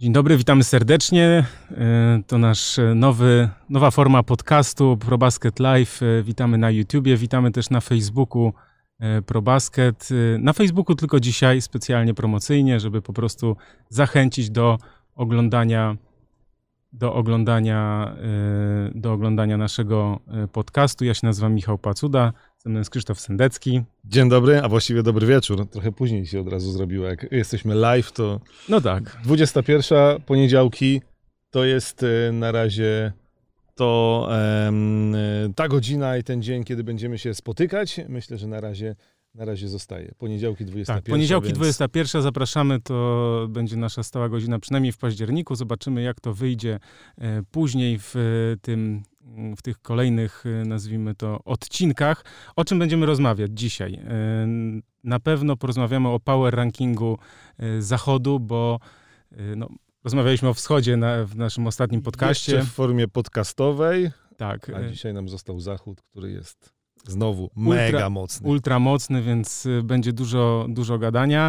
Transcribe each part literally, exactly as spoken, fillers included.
Dzień dobry, witamy serdecznie. To nasz nowy, nowa forma podcastu ProBasket Live. Witamy na YouTubie, witamy też na Facebooku ProBasket. Na Facebooku tylko dzisiaj specjalnie promocyjnie, żeby po prostu zachęcić do oglądania, do oglądania, do oglądania naszego podcastu. Ja się nazywam Michał Pacuda, ze mną jest Krzysztof Sendecki. Dzień dobry, a właściwie dobry wieczór. Trochę później się od razu zrobiło. Jak jesteśmy live, to no tak. dwudziesta pierwsza, poniedziałki, to jest na razie to um, ta godzina i ten dzień, kiedy będziemy się spotykać. Myślę, że na razie, na razie zostaje. Poniedziałki dwudziesta pierwsza. Tak, poniedziałki więc... dwudziesta pierwsza zapraszamy, to będzie nasza stała godzina, przynajmniej w październiku. Zobaczymy, jak to wyjdzie później w tym w tych kolejnych, nazwijmy to, odcinkach. O czym będziemy rozmawiać dzisiaj? Na pewno porozmawiamy o power rankingu Zachodu, bo no, rozmawialiśmy o Wschodzie na, w naszym ostatnim podcaście. Jeszcze w formie podcastowej, tak. A dzisiaj nam został Zachód, który jest znowu mega ultra, mocny. Ultra mocny, więc będzie dużo, dużo gadania.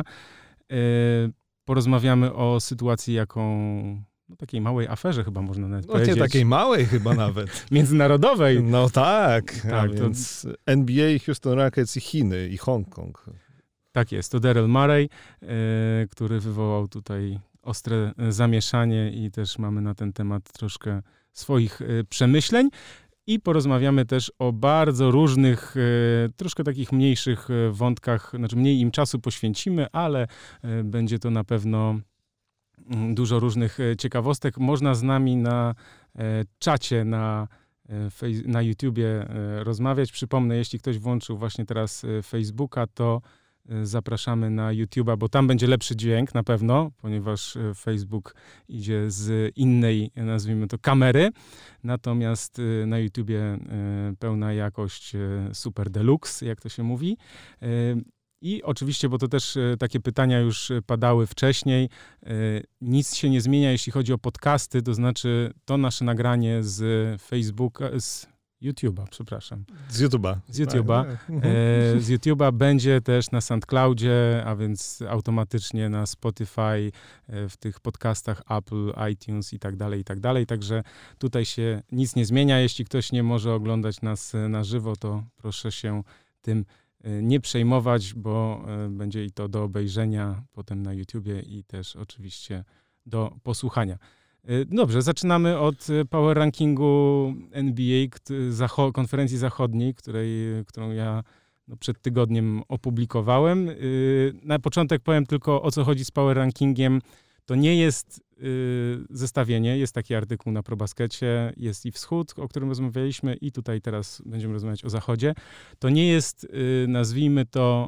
Porozmawiamy o sytuacji, jaką... No, takiej małej aferze chyba można nawet no, powiedzieć. Nie takiej małej chyba nawet. Międzynarodowej. No tak, tak a więc to... N B A, Houston Rockets i Chiny i Hongkong. Tak jest, to Daryl Morey, e, który wywołał tutaj ostre zamieszanie i też mamy na ten temat troszkę swoich e, przemyśleń. I porozmawiamy też o bardzo różnych, e, troszkę takich mniejszych e, wątkach, znaczy mniej im czasu poświęcimy, ale e, będzie to na pewno dużo różnych ciekawostek. Można z nami na e, czacie, na, e, na YouTubie e, rozmawiać. Przypomnę, jeśli ktoś włączył właśnie teraz e, Facebooka, to e, zapraszamy na YouTuba, bo tam będzie lepszy dźwięk na pewno, ponieważ e, Facebook idzie z innej, nazwijmy to, kamery. Natomiast e, na YouTubie e, pełna jakość e, super deluxe, jak to się mówi. E, I oczywiście, bo to też e, takie pytania już padały wcześniej, e, nic się nie zmienia, jeśli chodzi o podcasty, to znaczy to nasze nagranie z Facebooka, z YouTube'a, przepraszam. Z YouTube'a. Z YouTube'a. E, z YouTube'a będzie też na SoundCloudzie, a więc automatycznie na Spotify, e, w tych podcastach Apple, iTunes i tak dalej, i tak dalej. Także tutaj się nic nie zmienia. Jeśli ktoś nie może oglądać nas na żywo, to proszę się tym nie przejmować, bo będzie i to do obejrzenia potem na YouTubie i też oczywiście do posłuchania. Dobrze, zaczynamy od power rankingu N B A, konferencji zachodniej, której, którą ja no, przed tygodniem opublikowałem. Na początek powiem tylko, o co chodzi z power rankingiem. To nie jest y, zestawienie, jest taki artykuł na ProBaskecie, jest i Wschód, o którym rozmawialiśmy, i tutaj teraz będziemy rozmawiać o Zachodzie. To nie jest, y, nazwijmy to,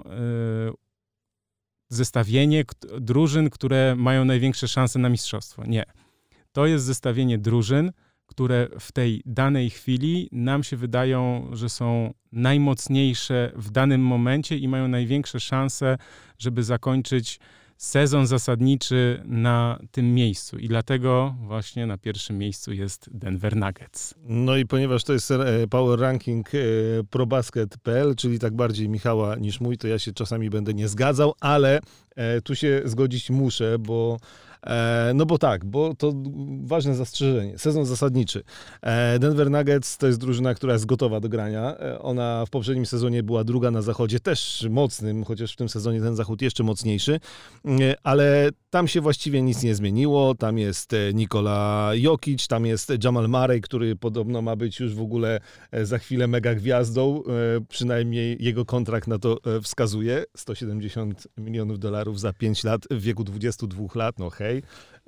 y, zestawienie k- drużyn, które mają największe szanse na mistrzostwo. Nie. To jest zestawienie drużyn, które w tej danej chwili nam się wydają, że są najmocniejsze w danym momencie i mają największe szanse, żeby zakończyć sezon zasadniczy na tym miejscu i dlatego właśnie na pierwszym miejscu jest Denver Nuggets. No i ponieważ to jest power ranking probasket kropka p l, czyli tak bardziej Michała niż mój, to ja się czasami będę nie zgadzał, ale tu się zgodzić muszę, bo no bo tak, bo to ważne zastrzeżenie. Sezon zasadniczy. Denver Nuggets to jest drużyna, która jest gotowa do grania. Ona w poprzednim sezonie była druga na zachodzie, też mocnym, chociaż w tym sezonie ten zachód jeszcze mocniejszy, ale tam się właściwie nic nie zmieniło. Tam jest Nikola Jokic, tam jest Jamal Murray, który podobno ma być już w ogóle za chwilę mega gwiazdą. Przynajmniej jego kontrakt na to wskazuje. sto siedemdziesiąt milionów dolarów za pięć lat w wieku dwudziestu dwóch lat. No hej.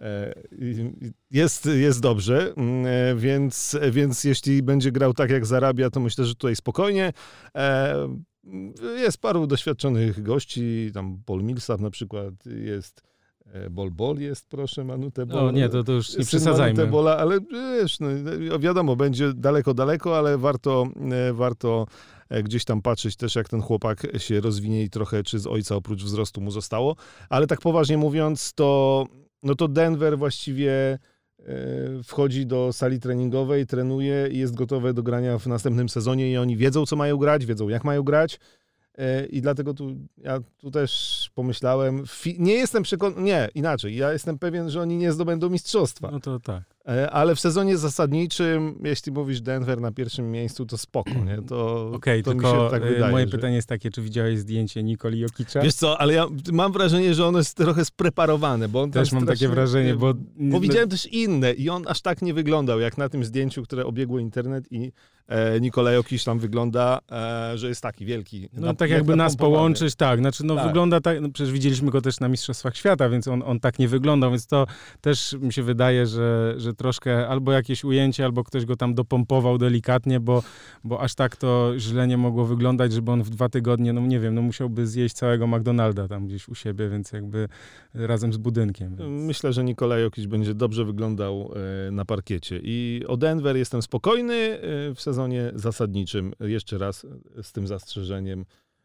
Jest, jest dobrze, więc, więc jeśli będzie grał tak, jak zarabia, to myślę, że tutaj spokojnie. Jest paru doświadczonych gości, tam Paul Millsap na przykład jest, Bol Bol jest, proszę, Manute Bol. O nie, to, to już nie przesadzajmy. Bola, ale wiesz, no, wiadomo, będzie daleko, daleko, ale warto, warto gdzieś tam patrzeć też, jak ten chłopak się rozwinie i trochę, czy z ojca oprócz wzrostu mu zostało. Ale tak poważnie mówiąc, to, no to Denver właściwie wchodzi do sali treningowej, trenuje i jest gotowe do grania w następnym sezonie i oni wiedzą, co mają grać, wiedzą, jak mają grać. i dlatego tu ja tu też pomyślałem, nie jestem przekonany, nie, inaczej, ja jestem pewien, że oni nie zdobędą mistrzostwa. No to tak. Ale w sezonie zasadniczym, jeśli mówisz Denver na pierwszym miejscu, to spoko, nie? To, Okej, to tylko mi się tak wydaje, moje że... pytanie jest takie, czy widziałeś zdjęcie Nikoli Jokicza? Wiesz co, ale ja mam wrażenie, że ono jest trochę spreparowane, bo on Też mam strasznie... takie wrażenie, bo... Bo widziałem też inne i on aż tak nie wyglądał, jak na tym zdjęciu, które obiegło internet i e, Nikola Jokic tam wygląda, e, że jest taki wielki. No na, tak jakby nas połączyć, tak, znaczy no tak. wygląda tak, no przecież widzieliśmy go też na Mistrzostwach Świata, więc on, on tak nie wyglądał, więc to też mi się wydaje, że, że troszkę albo jakieś ujęcie, albo ktoś go tam dopompował delikatnie, bo, bo aż tak to źle nie mogło wyglądać, żeby on w dwa tygodnie, no nie wiem, no musiałby zjeść całego McDonalda tam gdzieś u siebie, więc jakby razem z budynkiem. Więc... Myślę, że Nikola Jokic będzie dobrze wyglądał e, na parkiecie i o Denver jestem spokojny e, w sezonie zasadniczym, jeszcze raz z tym zastrzeżeniem.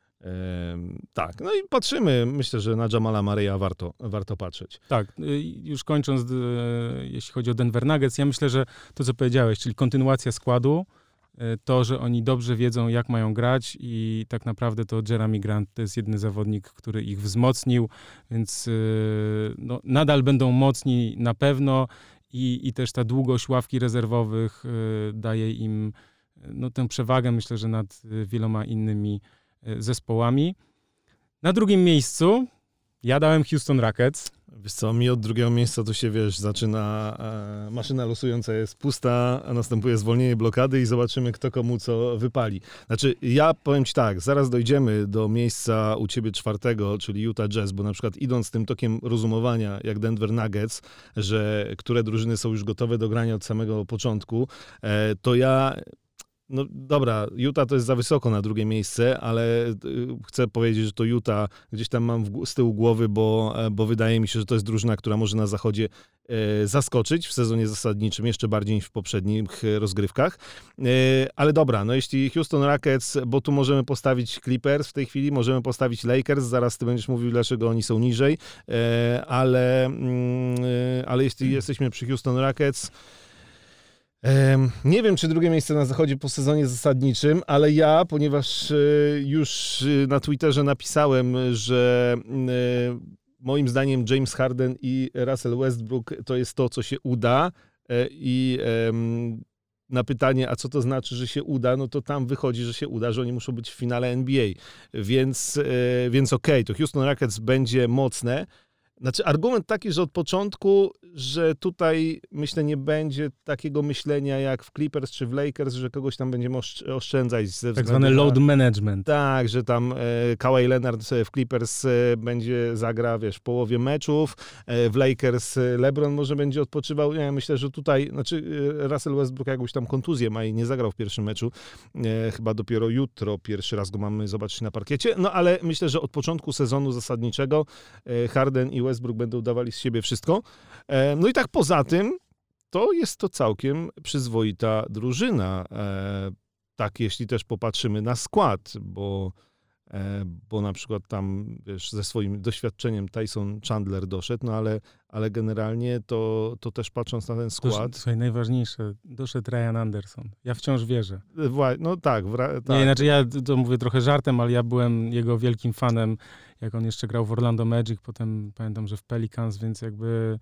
E, tak, no i patrzymy, myślę, że na Jamala Murray'a warto, warto patrzeć. Tak, już kończąc, jeśli chodzi o Denver Nuggets, ja myślę, że to, co powiedziałeś, czyli kontynuacja składu, to, że oni dobrze wiedzą, jak mają grać i tak naprawdę to Jeremy Grant to jest jedyny zawodnik, który ich wzmocnił, więc no, nadal będą mocni na pewno i, i też ta długość ławki rezerwowych daje im no, tę przewagę, myślę, że nad wieloma innymi zespołami. Na drugim miejscu ja dałem Houston Rockets. Wiesz co, mi od drugiego miejsca to się, wiesz, zaczyna, e, maszyna losująca jest pusta, a następuje zwolnienie blokady i zobaczymy, kto komu co wypali. Znaczy, ja powiem ci tak, zaraz dojdziemy do miejsca u ciebie czwartego, czyli Utah Jazz, bo na przykład idąc tym tokiem rozumowania, jak Denver Nuggets, że które drużyny są już gotowe do grania od samego początku, e, to ja... No dobra, Utah to jest za wysoko na drugie miejsce, ale y, chcę powiedzieć, że to Utah gdzieś tam mam w, z tyłu głowy, bo, bo wydaje mi się, że to jest drużyna, która może na zachodzie y, zaskoczyć w sezonie zasadniczym jeszcze bardziej niż w poprzednich rozgrywkach. Y, ale dobra, no jeśli Houston Rockets, bo tu możemy postawić Clippers w tej chwili, możemy postawić Lakers, zaraz ty będziesz mówił, dlaczego oni są niżej, y, ale, y, ale jeśli jesteśmy przy Houston Rockets, nie wiem, czy drugie miejsce na zachodzie po sezonie zasadniczym, ale ja, ponieważ już na Twitterze napisałem, że moim zdaniem James Harden i Russell Westbrook to jest to, co się uda i na pytanie, a co to znaczy, że się uda, no to tam wychodzi, że się uda, że oni muszą być w finale N B A. Więc, więc okej, okay, to Houston Rockets będzie mocne. Znaczy argument taki, że od początku, że tutaj myślę nie będzie takiego myślenia jak w Clippers czy w Lakers, że kogoś tam będziemy oszczędzać. Ze tak zwany load na... management. Tak, że tam e, Kawhi Leonard w Clippers e, będzie zagra, wiesz, w połowie meczów, e, w Lakers LeBron może będzie odpoczywał. Ja myślę, że tutaj, znaczy e, Russell Westbrook jakąś tam kontuzję ma i nie zagrał w pierwszym meczu. E, chyba dopiero jutro pierwszy raz go mamy zobaczyć na parkiecie. No ale myślę, że od początku sezonu zasadniczego e, Harden i Westbrook będą dawali z siebie wszystko. E, no i tak poza tym, to jest to całkiem przyzwoita drużyna. E, tak, jeśli też popatrzymy na skład, bo, e, bo na przykład tam, wiesz, ze swoim doświadczeniem Tyson Chandler doszedł, no ale, ale generalnie to, to też patrząc na ten skład... To, słuchaj, najważniejsze, doszedł Ryan Anderson. Ja wciąż wierzę. No tak. Wra- tak. Nie, znaczy ja to mówię trochę żartem, ale ja byłem jego wielkim fanem, jak on jeszcze grał w Orlando Magic, potem pamiętam, że w Pelicans, więc jakby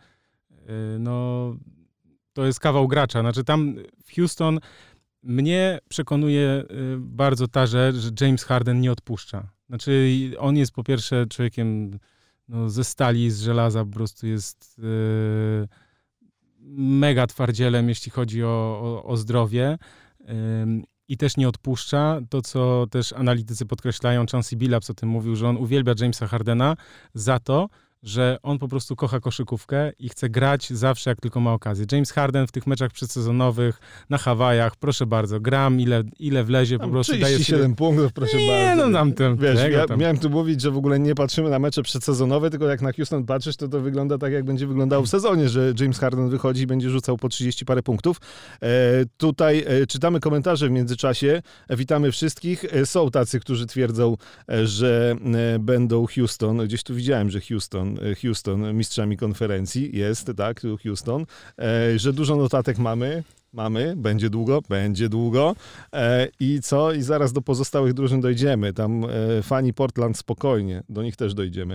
no to jest kawał gracza. Znaczy tam w Houston mnie przekonuje bardzo ta rzecz, że James Harden nie odpuszcza. Znaczy on jest po pierwsze człowiekiem no, ze stali, z żelaza, po prostu jest yy, mega twardzielem, jeśli chodzi o, o, o zdrowie. Yy, I też nie odpuszcza. To, co też analitycy podkreślają, Chauncey Billups o tym mówił, że on uwielbia Jamesa Hardena za to, że on po prostu kocha koszykówkę i chce grać zawsze, jak tylko ma okazję. James Harden w tych meczach przedsezonowych na Hawajach, proszę bardzo, gram ile, ile wlezie, po prostu daje trzydzieści siedem punktów, proszę nie, bardzo. No, tam ten, Wiesz, ja tam. miałem tu mówić, że w ogóle nie patrzymy na mecze przedsezonowe, tylko jak na Houston patrzysz, to to wygląda tak, jak będzie wyglądało w sezonie, że James Harden wychodzi i będzie rzucał po trzydzieści parę punktów. E, tutaj e, czytamy komentarze w międzyczasie. E, witamy wszystkich. E, są tacy, którzy twierdzą, e, że e, będą Houston. Gdzieś tu widziałem, że Houston Houston mistrzami konferencji, jest, tak, Houston, że dużo notatek mamy, mamy, będzie długo, będzie długo i co? I zaraz do pozostałych drużyn dojdziemy, tam fani Portland spokojnie, do nich też dojdziemy.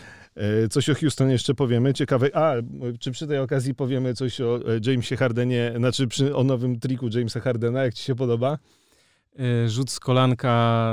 Coś o Houston jeszcze powiemy, ciekawe, a, czy przy tej okazji powiemy coś o Jamesie Hardenie, znaczy przy, o nowym triku Jamesa Hardena, jak ci się podoba? Rzut z kolanka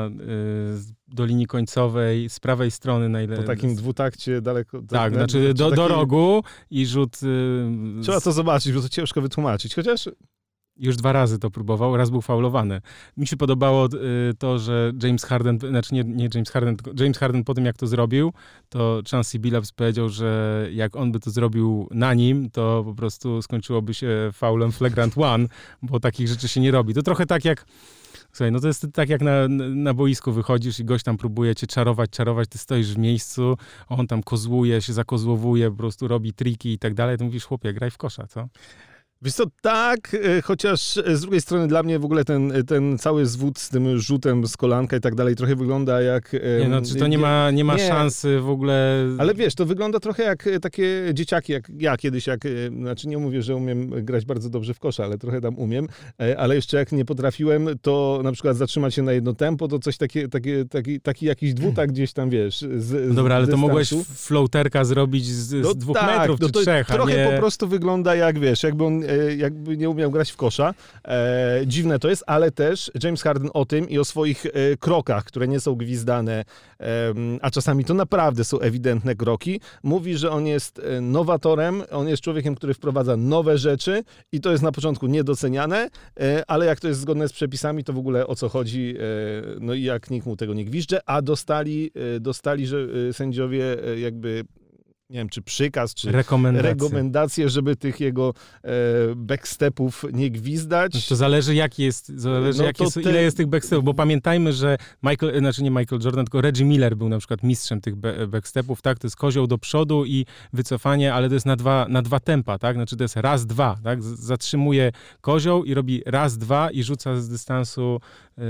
do linii końcowej, z prawej strony najlepiej. Po takim dwutakcie daleko... Tak, tak, znaczy do, taki... do rogu i rzut... Z... Trzeba to zobaczyć, bo to ciężko wytłumaczyć, chociaż... Już dwa razy to próbował, raz był faulowany. Mi się podobało y, to, że James Harden, znaczy nie, nie James Harden, tylko James Harden po tym, jak to zrobił, to Chauncey Billups powiedział, że jak on by to zrobił na nim, to po prostu skończyłoby się faulem flagrant one, bo takich rzeczy się nie robi. To trochę tak jak, słuchaj, no to jest tak jak na, na boisku wychodzisz i gość tam próbuje cię czarować, czarować, ty stoisz w miejscu, on tam kozłuje, się zakozłowuje, po prostu robi triki i tak dalej, to mówisz, chłopie, graj w kosza, co? Wiesz co, tak, chociaż z drugiej strony dla mnie w ogóle ten, ten cały zwód z tym rzutem z kolanka i tak dalej trochę wygląda jak... Nie, no, czy to nie ma, nie ma nie, szansy w ogóle... Ale wiesz, to wygląda trochę jak takie dzieciaki, jak ja kiedyś, jak, znaczy nie mówię, że umiem grać bardzo dobrze w kosza, ale trochę tam umiem, ale jeszcze jak nie potrafiłem, to na przykład zatrzymać się na jedno tempo, to coś takie, takie, taki, taki jakiś dwutak gdzieś tam, wiesz, z, no dobra, ale dystansu. To mogłeś floaterka zrobić z, z no dwóch tak, metrów no czy to trzech, trochę nie... po prostu wygląda jak, wiesz, jakby on jakby nie umiał grać w kosza. E, dziwne to jest, ale też James Harden o tym i o swoich e, krokach, które nie są gwizdane, e, a czasami to naprawdę są ewidentne kroki, mówi, że on jest nowatorem, on jest człowiekiem, który wprowadza nowe rzeczy i to jest na początku niedoceniane, e, ale jak to jest zgodne z przepisami, to w ogóle o co chodzi, e, no i jak nikt mu tego nie gwizdże, a dostali, e, dostali że e, sędziowie e, jakby nie wiem, czy przykaz, czy rekomendacje, rekomendacje żeby tych jego e, backstepów nie gwizdać. To zależy, jaki jest, zależy no jakie są, te... ile jest tych backstepów, bo pamiętajmy, że Michael, znaczy nie Michael Jordan, tylko Reggie Miller był na przykład mistrzem tych backstepów, tak? To jest kozioł do przodu i wycofanie, ale to jest na dwa, na dwa tempa, tak? Znaczy to jest raz, dwa, tak? Zatrzymuje kozioł i robi raz, dwa i rzuca z dystansu, yy,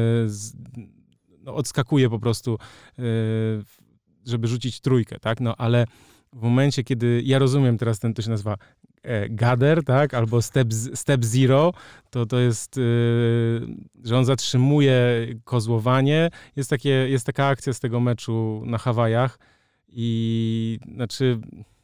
z, no, odskakuje po prostu, yy, żeby rzucić trójkę, tak? No ale w momencie, kiedy ja rozumiem teraz ten, to się nazywa e, gather, tak, albo step, step zero, to to jest, y, że on zatrzymuje kozłowanie. Jest, takie, jest taka akcja z tego meczu na Hawajach i znaczy...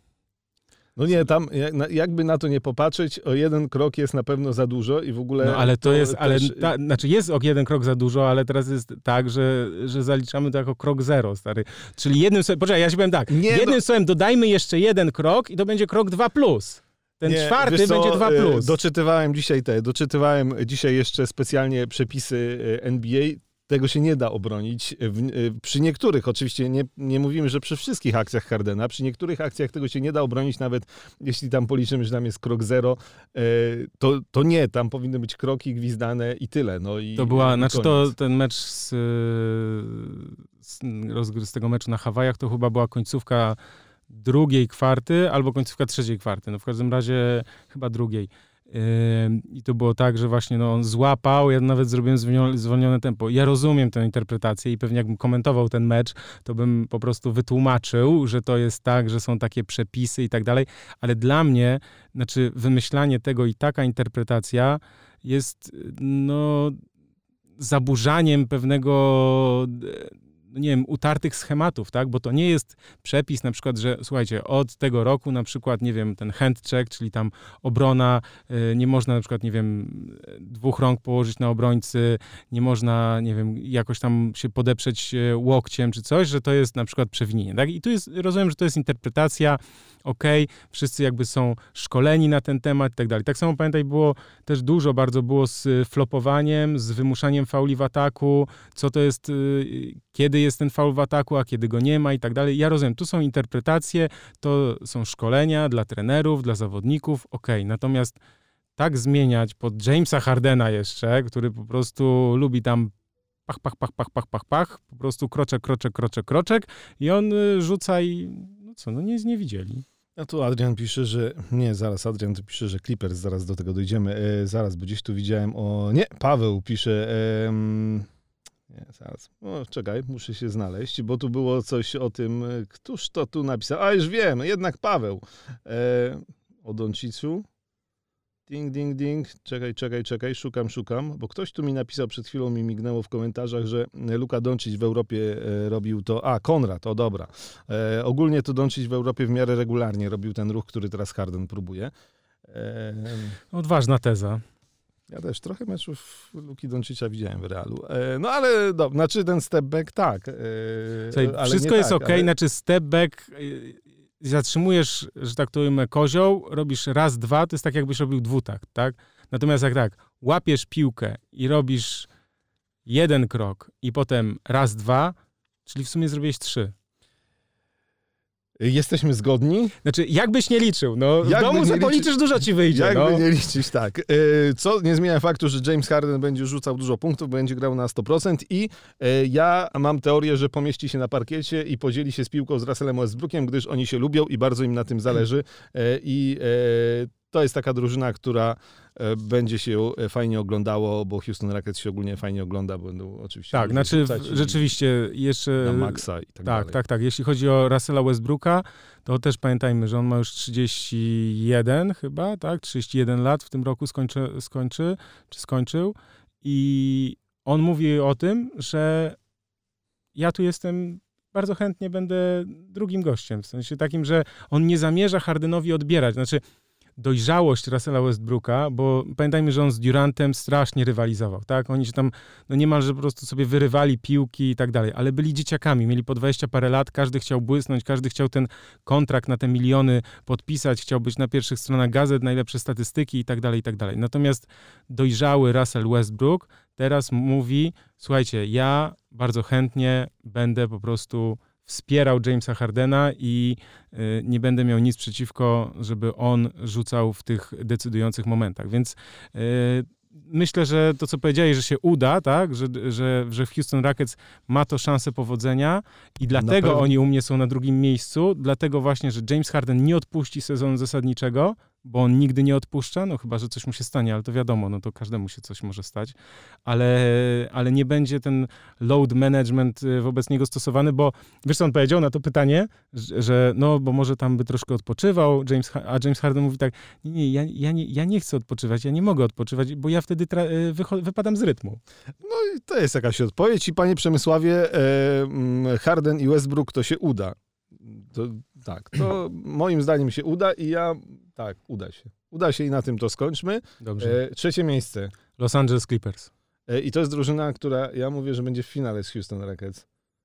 No nie, tam jakby na to nie popatrzeć, o jeden krok jest na pewno za dużo i w ogóle... No ale to, to jest, ale też... ta, znaczy jest o jeden krok za dużo, ale teraz jest tak, że, że zaliczamy to jako krok zero, stary. Czyli jednym słowem, poczekaj, ja się powiem tak, nie, jednym no... słowem dodajmy jeszcze jeden krok i to będzie krok dwa plus. Ten nie, czwarty będzie dwa plus. Doczytywałem dzisiaj te, doczytywałem dzisiaj jeszcze specjalnie przepisy N B A. Tego się nie da obronić. W, przy niektórych, oczywiście nie, nie mówimy, że przy wszystkich akcjach Hardena, przy niektórych akcjach tego się nie da obronić, nawet jeśli tam policzymy, że tam jest krok zero, to, to nie, tam powinny być kroki gwizdane i tyle. No i, to była, i znaczy to ten mecz z, z, z tego meczu na Hawajach, to chyba była końcówka drugiej kwarty albo końcówka trzeciej kwarty. No w każdym razie chyba drugiej. I to było tak, że właśnie no, on złapał, ja nawet zrobiłem zwolnione, zwolnione tempo. Ja rozumiem tę interpretację i pewnie jakbym komentował ten mecz, to bym po prostu wytłumaczył, że to jest tak, że są takie przepisy i tak dalej, ale dla mnie, znaczy wymyślanie tego i taka interpretacja jest no zaburzaniem pewnego... nie wiem, utartych schematów, tak, bo to nie jest przepis na przykład, że słuchajcie, od tego roku na przykład, nie wiem, ten hand check, czyli tam obrona, y, nie można na przykład, nie wiem, dwóch rąk położyć na obrońcy, nie można, nie wiem, jakoś tam się podeprzeć łokciem czy coś, że to jest na przykład przewinienie, tak, i tu jest, rozumiem, że to jest interpretacja, okej, okay, wszyscy jakby są szkoleni na ten temat i tak dalej. Tak samo pamiętaj, było też dużo bardzo było z flopowaniem, z wymuszaniem fauli w ataku, co to jest, y, kiedy jest ten faul w ataku, a kiedy go nie ma i tak dalej. Ja rozumiem, tu są interpretacje, to są szkolenia dla trenerów, dla zawodników, okej, okay. Natomiast tak zmieniać pod Jamesa Hardena jeszcze, który po prostu lubi tam pach, pach, pach, pach, pach, pach, pach, po prostu kroczek, kroczek, kroczek, kroczek i on y, rzuca i no co, no nic nie widzieli. A tu Adrian pisze, że... Nie, zaraz, Adrian tu pisze, że Clippers, zaraz do tego dojdziemy. E, zaraz, bo gdzieś tu widziałem o... Nie, Paweł pisze... E, Nie, zaraz. O, czekaj, muszę się znaleźć, bo tu było coś o tym, któż to tu napisał. A, już wiem, jednak Paweł. E, o Donciczu. Ding, ding, ding. Czekaj, czekaj, czekaj. Szukam, szukam. Bo ktoś tu mi napisał, przed chwilą mi mignęło w komentarzach, że Luka Doncic w Europie e, robił to... A, Konrad, o dobra. E, ogólnie to Doncic w Europie w miarę regularnie robił ten ruch, który teraz Harden próbuje. E, Odważna teza. Ja też trochę meczów Luki Doncicza widziałem w Realu. E, no ale, no, znaczy ten step back tak. E, Słuchaj, ale wszystko nie jest tak, okej, ale... znaczy step back, zatrzymujesz, że tak to ujmę, kozioł, robisz raz, dwa, to jest tak jakbyś robił dwutakt, tak? Natomiast jak tak, łapiesz piłkę i robisz jeden krok i potem raz, dwa, czyli w sumie zrobiłeś trzy. Jesteśmy zgodni? Znaczy, jakbyś nie liczył, no w Jakby domu sobie policzysz, liczy... dużo ci wyjdzie. Jakby no. nie liczyć, tak. Co nie zmienia faktu, że James Harden będzie rzucał dużo punktów, będzie grał na sto procent i ja mam teorię, że pomieści się na parkiecie i podzieli się z piłką z Russellem Westbrookiem, gdyż oni się lubią i bardzo im na tym zależy. I to jest taka drużyna, która będzie się fajnie oglądało, bo Houston Rockets się ogólnie fajnie ogląda, bo będą oczywiście... Tak, znaczy w, rzeczywiście jeszcze... Na maksa i tak, tak dalej. Tak, tak, tak. Jeśli chodzi o Russella Westbrooka, to też pamiętajmy, że on ma już trzydzieści jeden chyba, tak? trzydzieści jeden lat w tym roku skończy, skończy, czy skończył. I on mówi o tym, że ja tu jestem... Bardzo chętnie będę drugim gościem. W sensie takim, że on nie zamierza Hardenowi odbierać. Znaczy, dojrzałość Russella Westbrooka, bo pamiętajmy, że on z Durantem strasznie rywalizował, tak? Oni się tam no niemalże po prostu sobie wyrywali piłki i tak dalej, ale byli dzieciakami, mieli po dwadzieścia parę lat, każdy chciał błysnąć, każdy chciał ten kontrakt na te miliony podpisać, chciał być na pierwszych stronach gazet, najlepsze statystyki i tak dalej, i tak dalej. Natomiast dojrzały Russell Westbrook teraz mówi, słuchajcie, ja bardzo chętnie będę po prostu wspierał Jamesa Hardena i y, nie będę miał nic przeciwko, żeby on rzucał w tych decydujących momentach. Więc y, myślę, że to, co powiedziałeś, że się uda, tak, że, że, że w Houston Rockets ma to szansę powodzenia i dlatego oni u mnie są na drugim miejscu, dlatego właśnie, że James Harden nie odpuści sezonu zasadniczego, bo on nigdy nie odpuszcza, no chyba, że coś mu się stanie, ale to wiadomo, no to każdemu się coś może stać, ale, ale nie będzie ten load management wobec niego stosowany, bo wiesz, co on powiedział na to pytanie, że, że no, bo może tam by troszkę odpoczywał, James, a James Harden mówi tak, nie, nie, ja, ja, nie, ja nie chcę odpoczywać, ja nie mogę odpoczywać, bo ja wtedy tra- wycho- wypadam z rytmu. No i to jest jakaś odpowiedź i panie Przemysławie, e, Harden i Westbrook to się uda. To, tak, to moim zdaniem się uda i ja, tak, uda się. Uda się i na tym to skończmy. Dobrze. E, trzecie miejsce. Los Angeles Clippers. E, I to jest drużyna, która, ja mówię, że będzie w finale z Houston Rockets.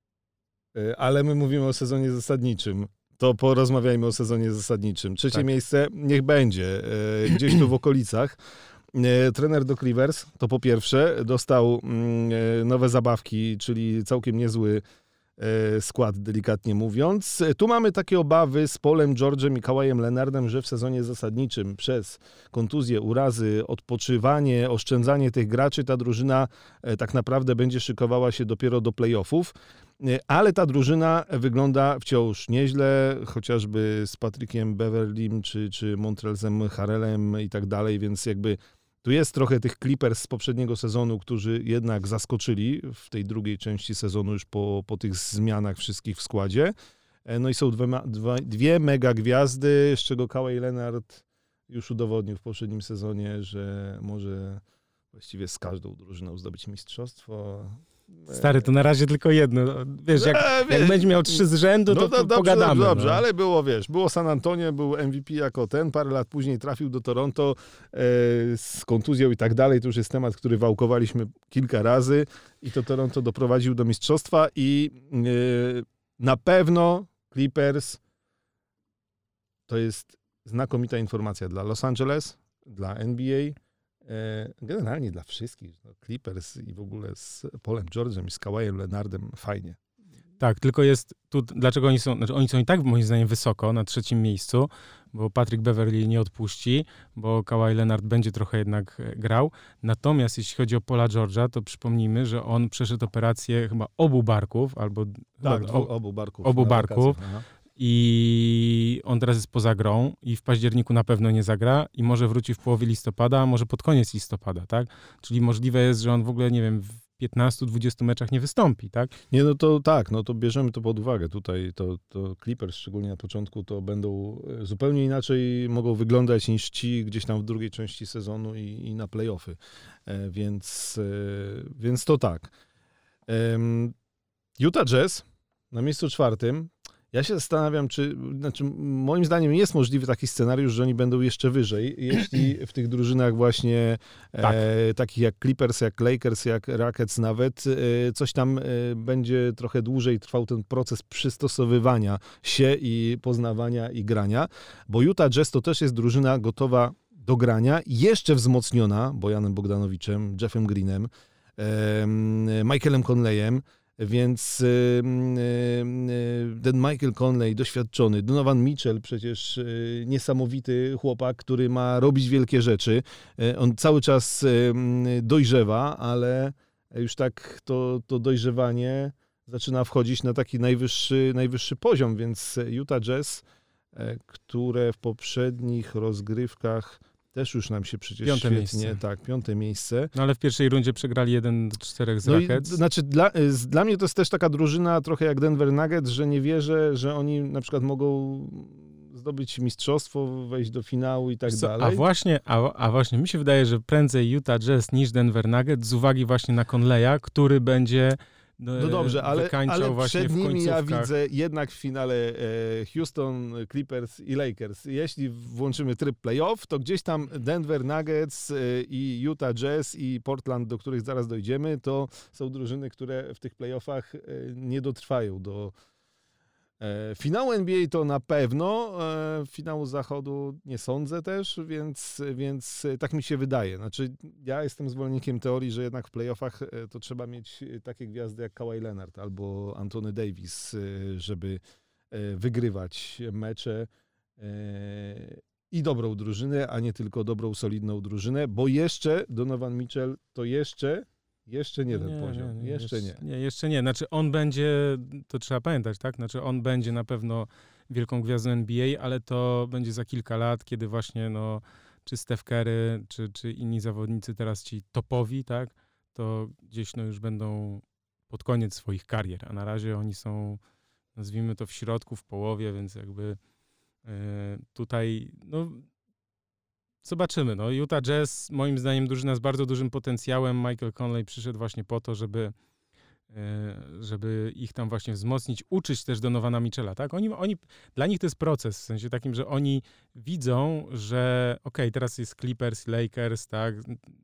E, ale my mówimy o sezonie zasadniczym. To porozmawiajmy o sezonie zasadniczym. Trzecie tak. miejsce, niech będzie. E, gdzieś tu w okolicach. E, trener do Clippers, to po pierwsze, dostał e, nowe zabawki, czyli całkiem niezły skład, delikatnie mówiąc. Tu mamy takie obawy z Paulem George'em i Kawajem Leonardem, że w sezonie zasadniczym przez kontuzje, urazy, odpoczywanie, oszczędzanie tych graczy ta drużyna tak naprawdę będzie szykowała się dopiero do playoffów. Ale ta drużyna wygląda wciąż nieźle, chociażby z Patrickiem Beverlym czy, czy Montrezlem Harrellem i tak dalej, więc jakby tu jest trochę tych Clippers z poprzedniego sezonu, którzy jednak zaskoczyli w tej drugiej części sezonu już po, po tych zmianach wszystkich w składzie. No i są dwie, dwa, dwie mega gwiazdy, z czego Kawhi Leonard już udowodnił w poprzednim sezonie, że może właściwie z każdą drużyną zdobyć mistrzostwo. Stary, to na razie tylko jedno. Wiesz, jak, e, wiesz, jak będzie miał trzy z rzędu, to, no, to dobrze, pogadamy. Dobrze, dobrze, no. ale było, wiesz, było San Antonio, był M V P jako ten, parę lat później trafił do Toronto e, z kontuzją i tak dalej. To już jest temat, który wałkowaliśmy kilka razy i to Toronto doprowadził do mistrzostwa i e, na pewno Clippers to jest znakomita informacja dla Los Angeles, dla N B A, generalnie dla wszystkich. Clippers i w ogóle z Paulem George'em i z Kawajem Leonardem fajnie. Tak, tylko jest tu, dlaczego oni są, znaczy oni są i tak moim zdaniem wysoko, na trzecim miejscu, bo Patrick Beverley nie odpuści, bo Kawhi Leonard będzie trochę jednak grał. Natomiast jeśli chodzi o Paula George'a, to przypomnijmy, że on przeszedł operację chyba obu barków, albo... Tak, chyba, o, obu barków. Obu barków. I on teraz jest poza grą i w październiku na pewno nie zagra i może wróci w połowie listopada, a może pod koniec listopada, tak? Czyli możliwe jest, że on w ogóle, nie wiem, w piętnastu dwudziestu meczach nie wystąpi, tak? Nie, no to tak, no to bierzemy to pod uwagę. Tutaj to, to Clippers, szczególnie na początku, to będą zupełnie inaczej mogą wyglądać niż ci gdzieś tam w drugiej części sezonu i, i na playoffy. E, więc, e, więc to tak. E, Utah Jazz na miejscu czwartym. Ja się zastanawiam, czy, znaczy moim zdaniem jest możliwy taki scenariusz, że oni będą jeszcze wyżej, jeśli w tych drużynach właśnie tak. e, takich jak Clippers, jak Lakers, jak Rockets nawet, e, coś tam e, będzie trochę dłużej trwał ten proces przystosowywania się i poznawania i grania, bo Utah Jazz to też jest drużyna gotowa do grania, jeszcze wzmocniona Bojanem Bogdanowiczem, Jeffem Greenem, e, Michaelem Conleyem, więc y, y, ten Michael Conley, doświadczony, Donovan Mitchell, przecież y, niesamowity chłopak, który ma robić wielkie rzeczy. Y, on cały czas y, dojrzewa, ale już tak to, to dojrzewanie zaczyna wchodzić na taki najwyższy, najwyższy poziom, więc Utah Jazz, y, które w poprzednich rozgrywkach też już nam się przecież piąte świetnie... Miejsce. Tak, piąte miejsce. No ale w pierwszej rundzie przegrali jeden do czterech z no Rockets. I, znaczy dla, dla mnie to jest też taka drużyna trochę jak Denver Nuggets, że nie wierzę, że oni na przykład mogą zdobyć mistrzostwo, wejść do finału i tak Co, dalej. A właśnie, a, a właśnie mi się wydaje, że prędzej Utah Jazz niż Denver Nuggets z uwagi właśnie na Conleya, który będzie No, no dobrze, ale, ale właśnie przed w nimi ja widzę jednak w finale e, Houston, Clippers i Lakers. Jeśli włączymy tryb playoff, to gdzieś tam Denver Nuggets e, i Utah Jazz i Portland, do których zaraz dojdziemy, to są drużyny, które w tych playoffach e, nie dotrwają do e, finału N B A to na pewno, e, finału Zachodu nie sądzę też, więc, więc tak mi się wydaje. Znaczy, ja jestem zwolennikiem teorii, że jednak w playoffach e, to trzeba mieć takie gwiazdy jak Kawhi Leonard albo Anthony Davis, e, żeby e, wygrywać mecze e, i dobrą drużynę, a nie tylko dobrą, solidną drużynę, bo jeszcze Donovan Mitchell to jeszcze Jeszcze nie ten nie, poziom, nie, nie, jeszcze, jeszcze nie. Nie, jeszcze nie. Znaczy on będzie, to trzeba pamiętać, tak? Znaczy on będzie na pewno wielką gwiazdą N B A, ale to będzie za kilka lat, kiedy właśnie no, czy Steph Curry, czy, czy inni zawodnicy teraz ci topowi, tak? To gdzieś no, już będą pod koniec swoich karier, a na razie oni są, nazwijmy to w środku, w połowie, więc jakby yy, tutaj, no zobaczymy. No, Utah Jazz, moim zdaniem, drużyna z bardzo dużym potencjałem. Michael Conley przyszedł właśnie po to, żeby, żeby ich tam właśnie wzmocnić, uczyć też Donovana Mitchella, tak? Oni, oni, dla nich to jest proces, w sensie takim, że oni widzą, że okej, okay, teraz jest Clippers, Lakers, tak?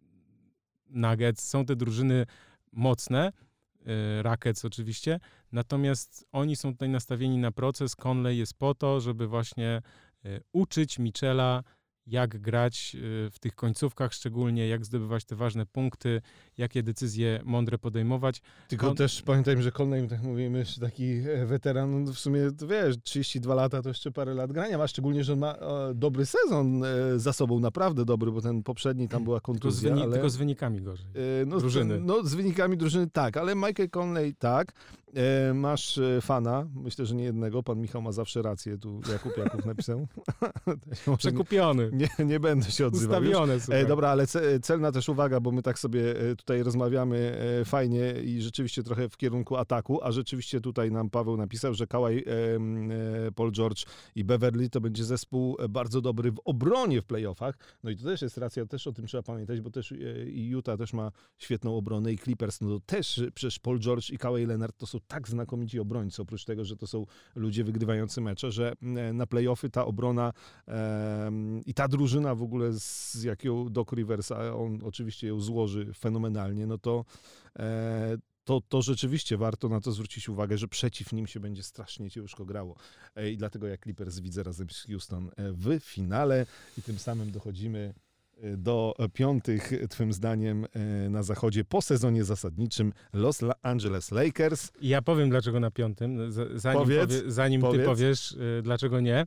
Nuggets, są te drużyny mocne, Rockets oczywiście, natomiast oni są tutaj nastawieni na proces. Conley jest po to, żeby właśnie uczyć Mitchella, jak grać w tych końcówkach szczególnie, jak zdobywać te ważne punkty, jakie decyzje mądre podejmować. Tylko On... też pamiętajmy, że Conley, tak mówimy, że taki weteran, w sumie, to wiesz, trzydzieści dwa lata to jeszcze parę lat grania ma, szczególnie, że on ma o, dobry sezon e, za sobą, naprawdę dobry, bo ten poprzedni tam była kontuzja. Tylko z, wyni- ale... tylko z wynikami gorzej. E, no, drużyny. Z, no z wynikami drużyny tak, ale Michael Conley tak. E, masz fana, myślę, że nie jednego, pan Michał ma zawsze rację, tu Jakub Jakub napisał. Przekupiony. Nie, nie będę się odzywał. Ustawione, e, Dobra, ale ce, celna też uwaga, bo my tak sobie tutaj rozmawiamy e, fajnie i rzeczywiście trochę w kierunku ataku, a rzeczywiście tutaj nam Paweł napisał, że Kawhi, e, e, Paul George i Beverly to będzie zespół bardzo dobry w obronie w playoffach. No i to też jest racja, też o tym trzeba pamiętać, bo też e, i Utah też ma świetną obronę i Clippers, no to też przecież Paul George i Kawhi Leonard to są tak znakomici obrońcy, oprócz tego, że to są ludzie wygrywający mecze, że na playoffy ta obrona e, i ta drużyna w ogóle, z jaką Doc Rivers, a on oczywiście ją złoży fenomenalnie, no to, e, to, to rzeczywiście warto na to zwrócić uwagę, że przeciw nim się będzie strasznie ciężko grało. E, I dlatego ja Clippers widzę razem z Houston w finale i tym samym dochodzimy do piątych, twym zdaniem, na zachodzie po sezonie zasadniczym Los Angeles Lakers. Ja powiem, dlaczego na piątym, zanim, powiedz, powie, zanim powiedz. ty powiesz, dlaczego nie.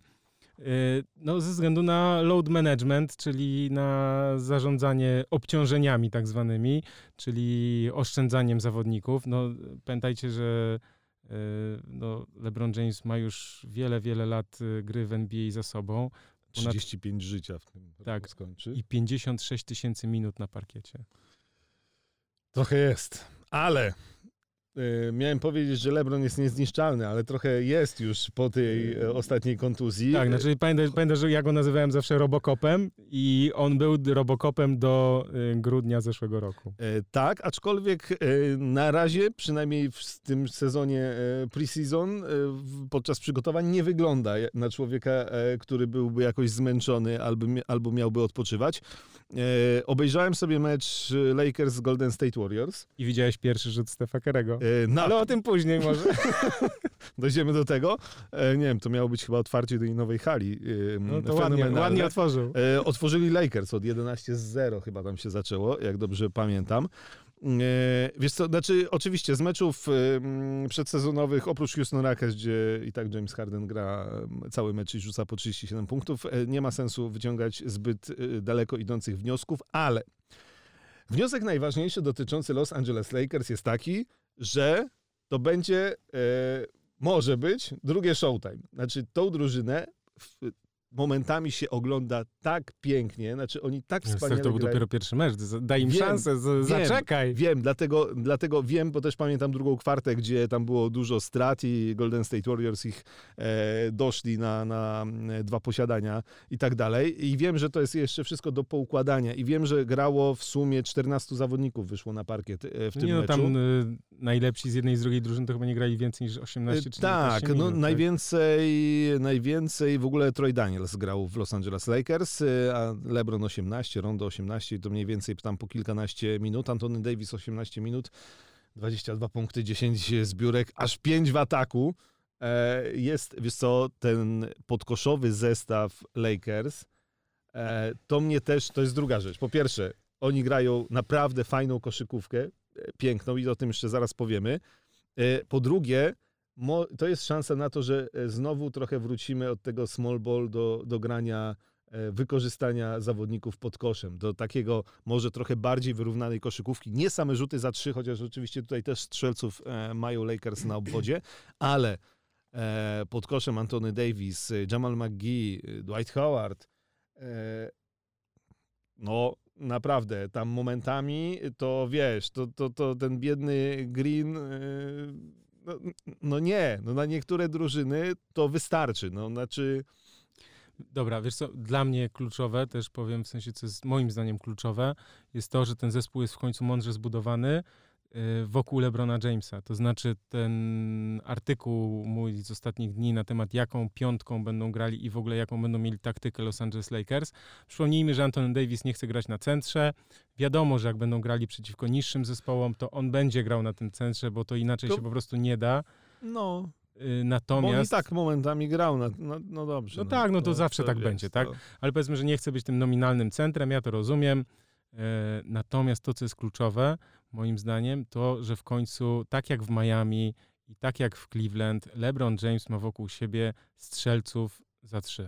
No, ze względu na load management, czyli na zarządzanie obciążeniami tak zwanymi, czyli oszczędzaniem zawodników. No, pamiętajcie, że no, LeBron James ma już wiele, wiele lat gry w N B A za sobą. Ponad, trzydzieści pięć życia w tym tak, skończy. I pięćdziesiąt sześć tysięcy minut na parkiecie. Trochę jest. Ale y, miałem powiedzieć, że LeBron jest niezniszczalny, ale trochę jest już po tej y, ostatniej kontuzji. Tak, znaczy pamiętaj, pamiętaj, że ja go nazywałem zawsze Robocopem i on był Robocopem do y, grudnia zeszłego roku. Y, tak, aczkolwiek y, na razie, przynajmniej w tym sezonie y, pre-season, y, podczas przygotowań nie wygląda na człowieka, y, który byłby jakoś zmęczony albo, albo miałby odpoczywać. Y, obejrzałem sobie mecz Lakers z Golden State Warriors. I widziałeś pierwszy rzut Stefa Curry'ego. Y, na... Ale o tym później może. Dojdziemy do tego. E, nie wiem, to miało być chyba otwarcie tej nowej hali. E, no to ładnie, ładnie otworzył. E, otworzyli Lakers od jedenaście zero chyba tam się zaczęło, jak dobrze pamiętam. E, wiesz co, znaczy oczywiście z meczów e, przedsezonowych, oprócz Houston Rockets, gdzie i tak James Harden gra cały mecz i rzuca po trzydzieści siedem punktów, e, nie ma sensu wyciągać zbyt e, daleko idących wniosków, ale wniosek najważniejszy dotyczący Los Angeles Lakers jest taki, że to będzie... E, Może być drugie Showtime. Znaczy, tą drużynę w, momentami się ogląda tak pięknie, znaczy oni tak wspaniale To był grają. dopiero pierwszy mecz, daj im wiem, szansę, z, wiem, zaczekaj. Wiem, dlatego, dlatego wiem, bo też pamiętam drugą kwartę, gdzie tam było dużo strat i Golden State Warriors ich e, doszli na, na dwa posiadania i tak dalej. I wiem, że to jest jeszcze wszystko do poukładania i wiem, że grało w sumie czternastu zawodników wyszło na parkiet e, w tym nie, no, meczu. Tam y, najlepsi z jednej i z drugiej drużyny to chyba nie grali więcej niż osiemnaście czy Tak, minut, no tak? najwięcej, najwięcej w ogóle Troy Daniels grał w Los Angeles Lakers, a LeBron osiemnaście, Rondo osiemnaście, to mniej więcej tam po kilkanaście minut, Anthony Davis osiemnaście minut, dwadzieścia dwa punkty, dziesięć zbiórek, aż pięć w ataku. Jest, wiesz co, ten podkoszowy zestaw Lakers, to mnie też, to jest druga rzecz. Po pierwsze, oni grają naprawdę fajną koszykówkę, piękną i o tym jeszcze zaraz powiemy. Po drugie, to jest szansa na to, że znowu trochę wrócimy od tego small ball do, do grania, wykorzystania zawodników pod koszem, do takiego może trochę bardziej wyrównanej koszykówki. Nie same rzuty za trzy, chociaż oczywiście tutaj też strzelców mają Lakers na obwodzie, ale pod koszem Anthony Davis, Jamal McGee, Dwight Howard, no naprawdę, tam momentami to wiesz, to, to, to ten biedny Green... No, no nie, no na niektóre drużyny to wystarczy, no znaczy... Dobra, wiesz co, dla mnie kluczowe, też powiem w sensie, co jest moim zdaniem kluczowe, jest to, że ten zespół jest w końcu mądrze zbudowany wokół LeBrona Jamesa. To znaczy ten artykuł mój z ostatnich dni na temat jaką piątką będą grali i w ogóle jaką będą mieli taktykę Los Angeles Lakers. Przypomnijmy, że Anthony Davis nie chce grać na centrze. Wiadomo, że jak będą grali przeciwko niższym zespołom, to on będzie grał na tym centrze, bo to inaczej to... się po prostu nie da. No... Natomiast... Bo on i tak momentami grał, na, no, no dobrze. No, no tak, no to, to zawsze to tak wiesz, będzie, tak? To... Ale powiedzmy, że nie chce być tym nominalnym centrem, ja to rozumiem. E, natomiast to, co jest kluczowe, moim zdaniem, to, że w końcu, tak jak w Miami i tak jak w Cleveland, LeBron James ma wokół siebie strzelców za trzy.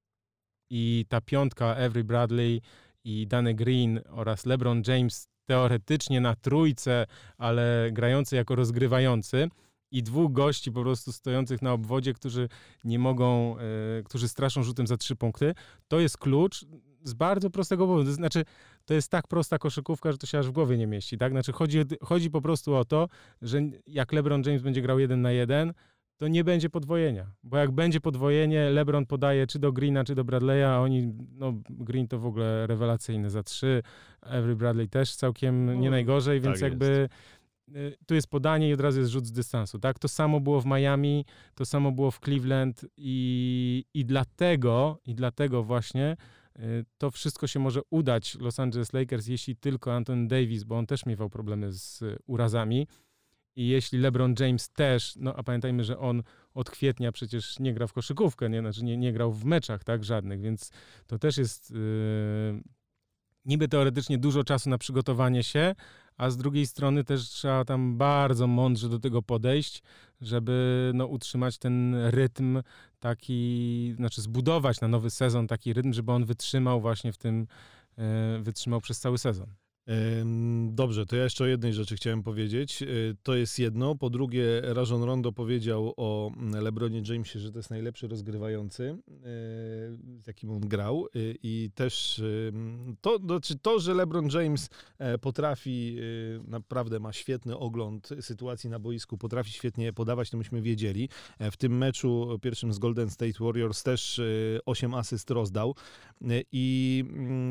I ta piątka, Avery Bradley i Danny Green oraz LeBron James teoretycznie na trójce, ale grający jako rozgrywający, i dwóch gości po prostu stojących na obwodzie, którzy nie mogą, e, którzy straszą rzutem za trzy punkty, to jest klucz z bardzo prostego powodu. To znaczy, to jest tak prosta koszykówka, że to się aż w głowie nie mieści, tak? Znaczy, chodzi, chodzi po prostu o to, że jak LeBron James będzie grał jeden na jeden, to nie będzie podwojenia, bo jak będzie podwojenie, LeBron podaje czy do Greena, czy do Bradley'a, a oni, no Green to w ogóle rewelacyjny za trzy, Avery Bradley też całkiem no, nie najgorzej, więc tak jakby... Jest. Tu jest podanie i od razu jest rzut z dystansu, tak? To samo było w Miami, to samo było w Cleveland i, i dlatego, i dlatego właśnie to wszystko się może udać Los Angeles Lakers, jeśli tylko Anthony Davis, bo on też miewał problemy z urazami i jeśli LeBron James też, no a pamiętajmy, że on od kwietnia przecież nie gra w koszykówkę, nie, znaczy nie, nie grał w meczach, tak, żadnych, więc to też jest... Yy... niby teoretycznie dużo czasu na przygotowanie się, a z drugiej strony też trzeba tam bardzo mądrze do tego podejść, żeby no, utrzymać ten rytm taki, znaczy zbudować na nowy sezon taki rytm, żeby on wytrzymał właśnie w tym, wytrzymał przez cały sezon. Dobrze, to ja jeszcze o jednej rzeczy chciałem powiedzieć. To jest jedno. Po drugie, Rajon Rondo powiedział o LeBronie Jamesie, że to jest najlepszy rozgrywający, z jakim on grał. I też to, znaczy to, że LeBron James potrafi, naprawdę ma świetny ogląd sytuacji na boisku, potrafi świetnie podawać, to myśmy wiedzieli. W tym meczu pierwszym z Golden State Warriors też osiem asyst rozdał. I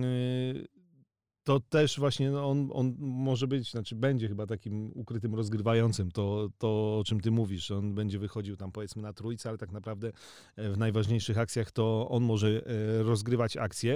to też właśnie no on, on może być, znaczy będzie chyba takim ukrytym rozgrywającym, to, to o czym ty mówisz. On będzie wychodził tam powiedzmy na trójce, ale tak naprawdę w najważniejszych akcjach to on może rozgrywać akcje.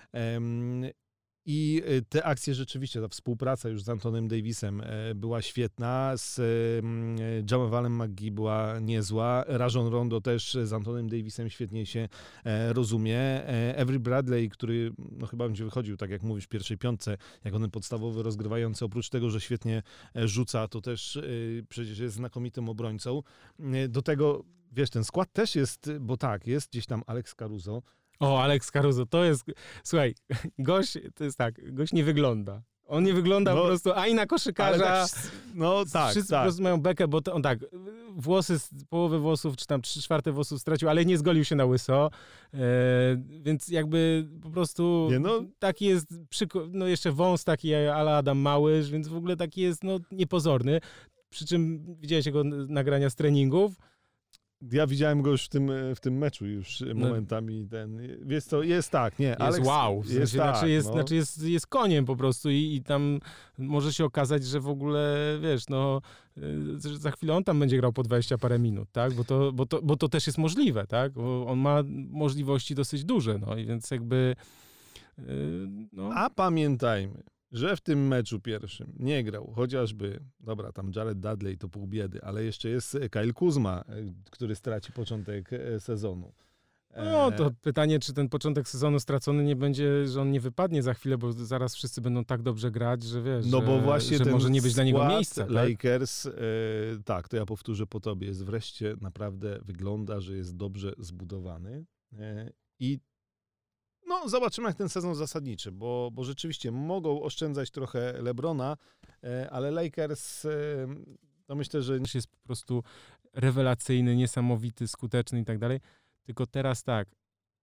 I te akcje rzeczywiście, ta współpraca już z Antonym Davisem była świetna, z Jamalem McGee była niezła, Rajon Rondo też z Antonem Davisem świetnie się rozumie. Avery Bradley, który no chyba będzie wychodził, tak jak mówisz, w pierwszej piątce, jak on podstawowy rozgrywający, oprócz tego, że świetnie rzuca, to też przecież jest znakomitym obrońcą. Do tego, wiesz, ten skład też jest, bo tak, jest gdzieś tam Alex Caruso. O, Alex Caruso, to jest... Słuchaj, gość, to jest tak, gość nie wygląda. On nie wygląda no, po prostu ani na koszykarza. Tak, no tak, Wszyscy tak. po prostu mają bekę, bo to, on tak, włosy, połowę włosów, czy tam trzy czwarte włosów stracił, ale nie zgolił się na łyso. E, więc jakby po prostu nie, no. taki jest, przyko- no jeszcze wąs taki ala Adam Małysz, więc w ogóle taki jest no niepozorny. Przy czym widziałeś jego nagrania z treningów. Ja widziałem go już w tym, w tym meczu już momentami. Ten, wiesz co, jest tak, nie, jest Alex, wow, w sensie, jest znaczy, tak, jest, no. znaczy jest, jest koniem po prostu i, i tam może się okazać, że w ogóle, wiesz, no za chwilę on tam będzie grał po dwadzieścia parę minut, tak, bo to, bo to, bo to też jest możliwe, tak, bo on ma możliwości dosyć duże, no i więc jakby yy, no. A pamiętajmy, że w tym meczu pierwszym nie grał chociażby, dobra, tam Jared Dudley to pół biedy, ale jeszcze jest Kyle Kuzma, który straci początek sezonu. No to pytanie, czy ten początek sezonu stracony nie będzie, że on nie wypadnie za chwilę, bo zaraz wszyscy będą tak dobrze grać, że wiesz, no bo że, właśnie że ten może nie być dla niego miejsca. Lakers, tak? E, tak, to ja powtórzę po tobie, jest wreszcie naprawdę wygląda, że jest dobrze zbudowany e, i no, zobaczymy jak ten sezon zasadniczy, bo, bo rzeczywiście mogą oszczędzać trochę LeBrona, ale Lakers, to myślę, że... Jest po prostu rewelacyjny, niesamowity, skuteczny i tak dalej, tylko teraz tak,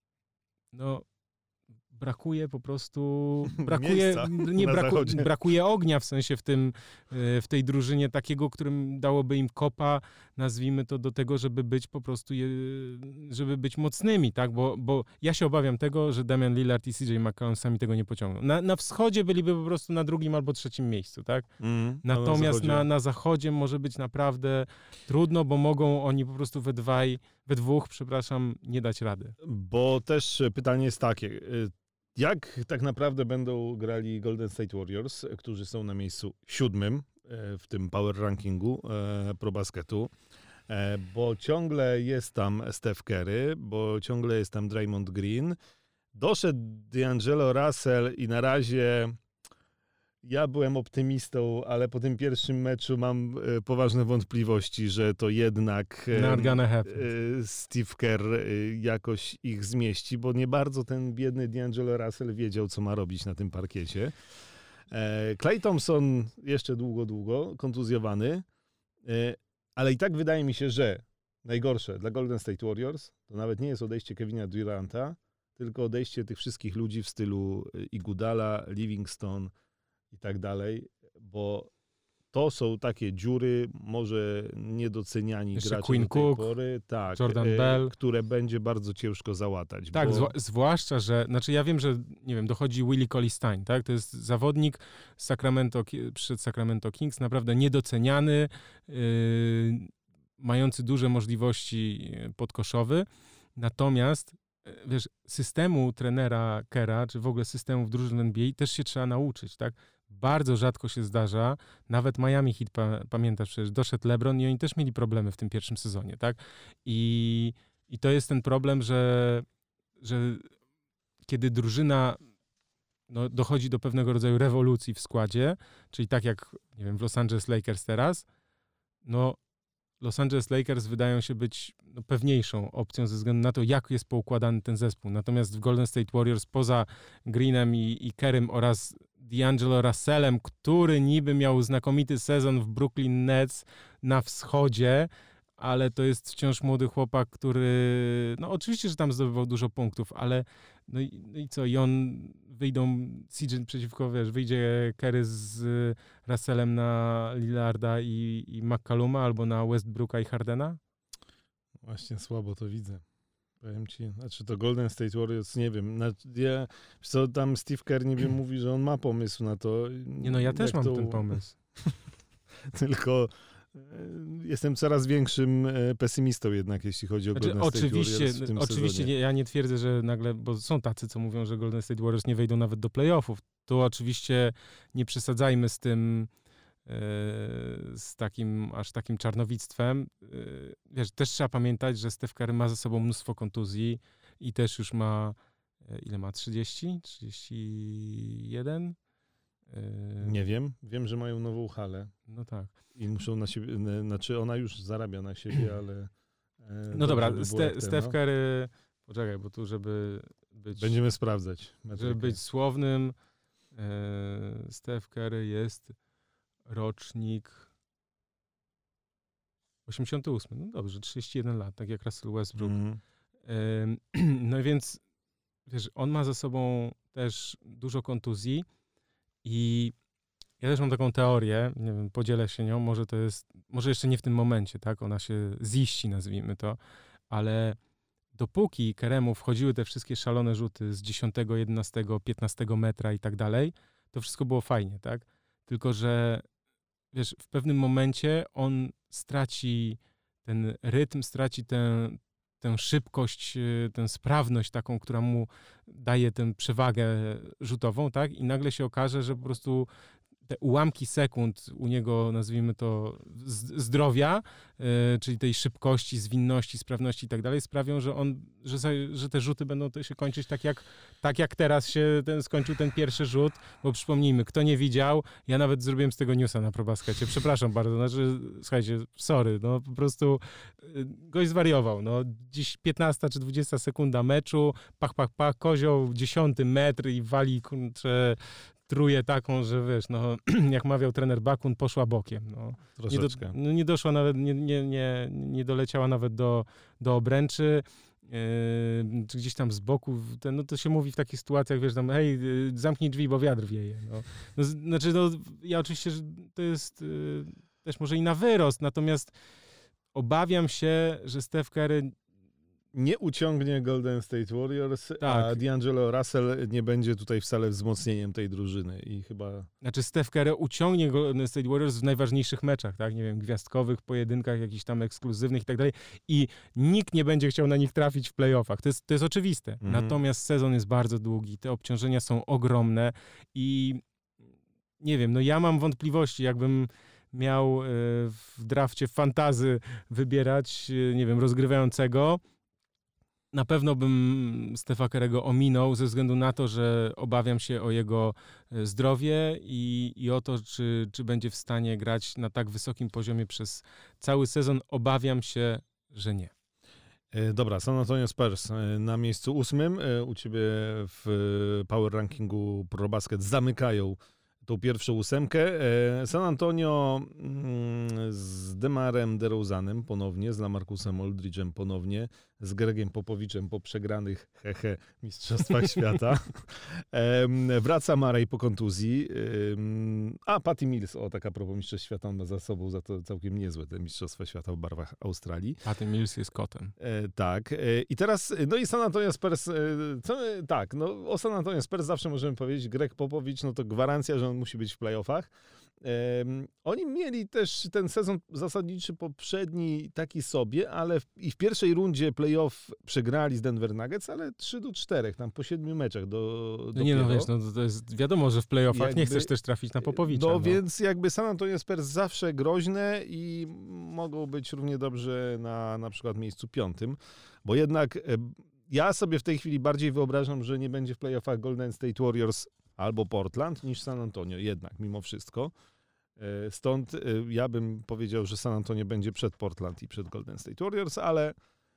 no brakuje po prostu, brakuje, nie braku, brakuje ognia w sensie w tym, w tej drużynie takiego, którym dałoby im kopa, nazwijmy to, do tego, żeby być po prostu, je, żeby być mocnymi, tak, bo, bo ja się obawiam tego, że Damian Lillard i C J McCollum sami tego nie pociągną. Na, na wschodzie byliby po prostu na drugim albo trzecim miejscu, tak, mm, natomiast na, na zachodzie może być naprawdę trudno, bo mogą oni po prostu we dwaj, we dwóch, przepraszam, nie dać rady. Bo też pytanie jest takie, jak tak naprawdę będą grali Golden State Warriors, którzy są na miejscu siódmym w tym power rankingu pro basketu, bo ciągle jest tam Steph Curry, bo ciągle jest tam Draymond Green. Doszedł D'Angelo Russell i na razie ja byłem optymistą, ale po tym pierwszym meczu mam poważne wątpliwości, że to jednak Steve Kerr jakoś ich zmieści, bo nie bardzo ten biedny D'Angelo Russell wiedział, co ma robić na tym parkiecie. Klay Thompson jeszcze długo, długo kontuzjowany, ale i tak wydaje mi się, że najgorsze dla Golden State Warriors to nawet nie jest odejście Kevina Duranta, tylko odejście tych wszystkich ludzi w stylu Iguodala, Livingston i tak dalej, bo to są takie dziury, może niedoceniani jeszcze gracze Quinn do tej Cook, pory, tak, Jordan e, Bell, które będzie bardzo ciężko załatać. Tak, bo... zwa- zwłaszcza, że, znaczy ja wiem, że, nie wiem, dochodzi Willie Cauley-Stein, tak, to jest zawodnik z Sacramento, przed Sacramento Kings, naprawdę niedoceniany, yy, mający duże możliwości podkoszowe, natomiast wiesz, systemu trenera Kerra, czy w ogóle systemów drużyn N B A też się trzeba nauczyć, tak? Bardzo rzadko się zdarza, nawet Miami Heat, pa, pamiętasz przecież, doszedł LeBron i oni też mieli problemy w tym pierwszym sezonie, tak? I, i to jest ten problem, że, że kiedy drużyna no, dochodzi do pewnego rodzaju rewolucji w składzie, czyli tak jak, nie wiem, w Los Angeles Lakers teraz, no Los Angeles Lakers wydają się być no, pewniejszą opcją ze względu na to, jak jest poukładany ten zespół. Natomiast w Golden State Warriors poza Greenem i, i Kerrym oraz D'Angelo Russellem, który niby miał znakomity sezon w Brooklyn Nets na wschodzie, ale to jest wciąż młody chłopak, który, no oczywiście, że tam zdobywał dużo punktów, ale no i, no i co, i on wyjdą, C J przeciwko, wiesz, wyjdzie Curry z Russellem na Lillarda i, i McCalluma albo na Westbrooka i Hardena? Właśnie słabo to widzę. Powiem ci, znaczy to Golden State Warriors, nie wiem, na, ja, co tam Steve Kerr niby mówi, że on ma pomysł na to. Nie no, ja też mam to... ten pomysł. Tylko jestem coraz większym pesymistą jednak, jeśli chodzi o znaczy, Golden State oczywiście, Warriors w tym Oczywiście nie, ja nie twierdzę, że nagle, bo są tacy, co mówią, że Golden State Warriors nie wejdą nawet do playoffów. Tu oczywiście nie przesadzajmy z tym, z takim, aż takim czarnowictwem. Wiesz, też trzeba pamiętać, że Steph Curry ma ze sobą mnóstwo kontuzji i też już ma, ile ma, trzydzieści? trzydzieści jeden? Nie wiem. Wiem, że mają nową halę. No tak. I muszą na siebie, znaczy ona już zarabia na siebie, ale... No dobra, Ste- Steph Curry, poczekaj, bo tu, żeby być... Będziemy sprawdzać. Metrykę. Żeby być słownym, Steph Curry jest rocznik osiemdziesiąty ósmy. No dobrze, trzydzieści jeden lat, tak jak Russell Westbrook. Mm. No więc, wiesz, on ma za sobą też dużo kontuzji i ja też mam taką teorię, nie wiem, podzielę się nią, może to jest, może jeszcze nie w tym momencie, tak, ona się ziści, nazwijmy to, ale dopóki Keremu wchodziły te wszystkie szalone rzuty z dziesiątego, jedenastego, piętnastego metra i tak dalej, to wszystko było fajnie, tak? Tylko że, wiesz, w pewnym momencie on straci ten rytm, straci tę, tę szybkość, tę sprawność taką, która mu daje tę przewagę rzutową, tak? I nagle się okaże, że po prostu te ułamki sekund u niego, nazwijmy to, zdrowia, yy, czyli tej szybkości, zwinności, sprawności i tak dalej, sprawią, że on, że, że te rzuty będą się kończyć tak jak, tak jak teraz się ten, skończył ten pierwszy rzut, bo przypomnijmy, kto nie widział, ja nawet zrobiłem z tego newsa na ProBaskecie, przepraszam bardzo, znaczy, słuchajcie, sorry, no po prostu yy, gość zwariował, no dziś piętnasta czy dwudziesta sekunda meczu, pach, pach, pach, kozioł, dziesiąty metr i wali, kurczę, truje taką, że wiesz, no, jak mawiał trener Bakun, poszła bokiem. No. Nie, do, no, nie doszła nawet, nie, nie, nie, nie doleciała nawet do, do obręczy, yy, czy gdzieś tam z boku, ten, no to się mówi w takich sytuacjach, wiesz, tam, hej, zamknij drzwi, bo wiatr wieje. No. No, znaczy, no, ja oczywiście, że to jest yy, też może i na wyrost, natomiast obawiam się, że Steph Curry nie uciągnie Golden State Warriors, tak. A D'Angelo Russell nie będzie tutaj wcale wzmocnieniem tej drużyny i chyba... Znaczy Steph Curry uciągnie Golden State Warriors w najważniejszych meczach, tak? Nie wiem, gwiazdkowych, pojedynkach, jakichś tam ekskluzywnych i tak dalej i nikt nie będzie chciał na nich trafić w playoffach. To jest, to jest oczywiste. Mhm. Natomiast sezon jest bardzo długi, te obciążenia są ogromne i nie wiem, no ja mam wątpliwości, jakbym miał w drafcie fantazy wybierać, nie wiem, rozgrywającego. Na pewno bym Stefa Curry'ego ominął ze względu na to, że obawiam się o jego zdrowie i, i o to, czy, czy będzie w stanie grać na tak wysokim poziomie przez cały sezon. Obawiam się, że nie. Dobra, San Antonio Spurs na miejscu ósmym. U ciebie w Power Rankingu ProBasket zamykają tą pierwszą ósemkę. San Antonio z Demarem DeRozanem ponownie, z Lamarcusem Aldridge'em ponownie, z Gregiem Popowiczem po przegranych hehe Mistrzostwach Świata. Wraca Murray po kontuzji. A Patty Mills, o taka propos Mistrzostw Świata, on ma za sobą za to całkiem niezłe te Mistrzostwa Świata w barwach Australii. Patty Mills jest kotem. E, tak. E, I teraz, no i San Antonio Spurs, e, co, tak, no o San Antonio Spurs zawsze możemy powiedzieć, Greg Popowicz, no to gwarancja, że on musi być w playoffach. E, oni mieli też ten sezon zasadniczy poprzedni taki sobie, ale w, i w pierwszej rundzie playoff przegrali z Denver Nuggets, ale trzy do czterech, tam po siedmiu meczach do, do no nie no wiesz, no to jest wiadomo, że w playoffach jakby, nie chcesz też trafić na Popowicza. No, no więc jakby San Antonio Spurs zawsze groźne i mogą być równie dobrze na na przykład miejscu piątym, bo jednak e, ja sobie w tej chwili bardziej wyobrażam, że nie będzie w playoffach Golden State Warriors albo Portland niż San Antonio, jednak mimo wszystko. Stąd ja bym powiedział, że San Antonio będzie przed Portland i przed Golden State Warriors, ale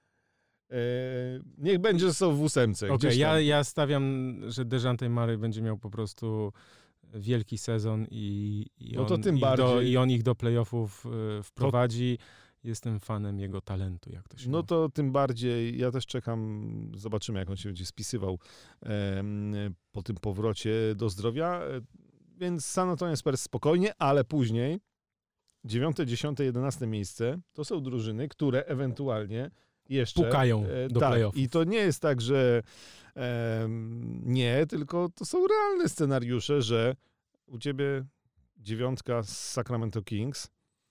niech będzie, że są w ósemce. Okej, okay, ja, ja stawiam, że DeJounte Murray będzie miał po prostu wielki sezon i, i, no on, to tym ich bardziej... do, i on ich do playoffów y, wprowadzi. To... Jestem fanem jego talentu, jak to się No mówi. to tym bardziej, ja też czekam, zobaczymy, jak on się będzie spisywał e, po tym powrocie do zdrowia. Więc San Antonio Spurs spokojnie, ale później dziewiąte, dziesiąte, jedenaste miejsce to są drużyny, które ewentualnie jeszcze... Pukają e, do tak, playoffów. I to nie jest tak, że e, nie, tylko to są realne scenariusze, że u ciebie dziewiątka z Sacramento Kings.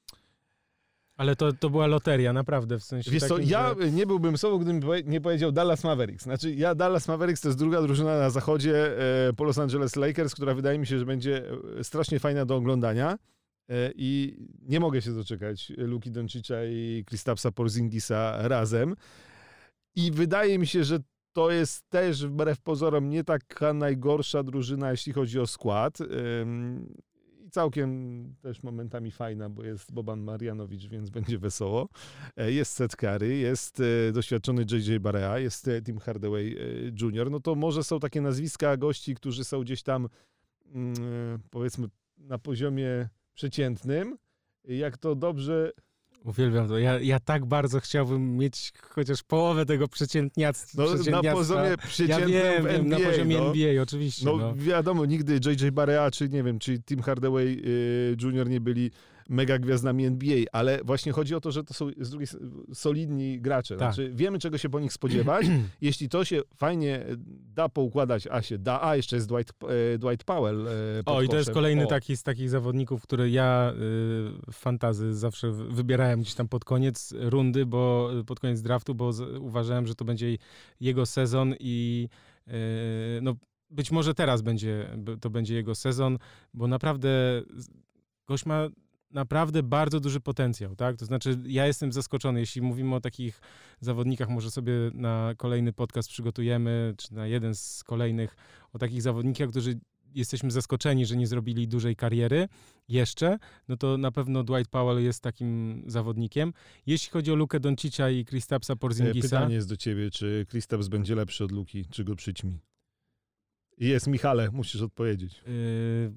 Ale to, to była loteria, naprawdę, w sensie Wiesz co, takim, ja że... nie byłbym sobą, gdybym powie- nie powiedział Dallas Mavericks. Znaczy, ja Dallas Mavericks to jest druga drużyna na zachodzie e, po Los Angeles Lakers, która wydaje mi się, że będzie e, strasznie fajna do oglądania e, i nie mogę się doczekać Luki Doncicza i Kristapsa Porzingisa razem. I wydaje mi się, że to jest też wbrew pozorom nie taka najgorsza drużyna, jeśli chodzi o skład. Ym, I całkiem też momentami fajna, bo jest Boban Marjanowicz, więc będzie wesoło. Jest Seth Curry, jest doświadczony J J Barea, jest Tim Hardaway junior No to może są takie nazwiska gości, którzy są gdzieś tam powiedzmy na poziomie przeciętnym. Jak to dobrze... Uwielbiam to. Ja, ja tak bardzo chciałbym mieć chociaż połowę tego przeciętniactwa. No, na poziomie przeciętnym ja wiem, w N B A. na poziomie no. N B A, oczywiście. No, no. wiadomo, nigdy J J Barea, czy nie wiem, czy Tim Hardaway y, junior nie byli mega gwiazdami N B A, ale właśnie chodzi o to, że to są z drugiej solidni gracze. Tak. Znaczy, wiemy, czego się po nich spodziewać. Jeśli to się fajnie da poukładać, a się da, a jeszcze jest Dwight, e, Dwight Powell. E, o, i to jest kolejny o. taki z takich zawodników, który ja y, w fantasy zawsze wybierałem gdzieś tam pod koniec rundy, bo pod koniec draftu, bo z, uważałem, że to będzie jego sezon i y, no być może teraz będzie, to będzie jego sezon, bo naprawdę gość ma naprawdę bardzo duży potencjał, tak? To znaczy, ja jestem zaskoczony, jeśli mówimy o takich zawodnikach, może sobie na kolejny podcast przygotujemy, czy na jeden z kolejnych, o takich zawodnikach, którzy jesteśmy zaskoczeni, że nie zrobili dużej kariery jeszcze, no to na pewno Dwight Powell jest takim zawodnikiem. Jeśli chodzi o Lukę Doncicza i Kristapsa Porzingisa... Pytanie jest do ciebie, czy Kristaps będzie lepszy od Luki, czy go przyćmi? Jest, Michale, musisz odpowiedzieć. Yy...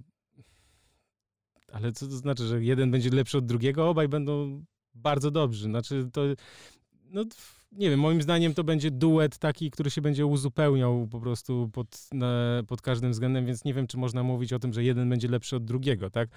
Ale co to znaczy, że jeden będzie lepszy od drugiego? Obaj będą bardzo dobrzy. Znaczy to, no nie wiem, moim zdaniem to będzie duet taki, który się będzie uzupełniał po prostu pod, na, pod każdym względem, więc nie wiem, czy można mówić o tym, że jeden będzie lepszy od drugiego, tak?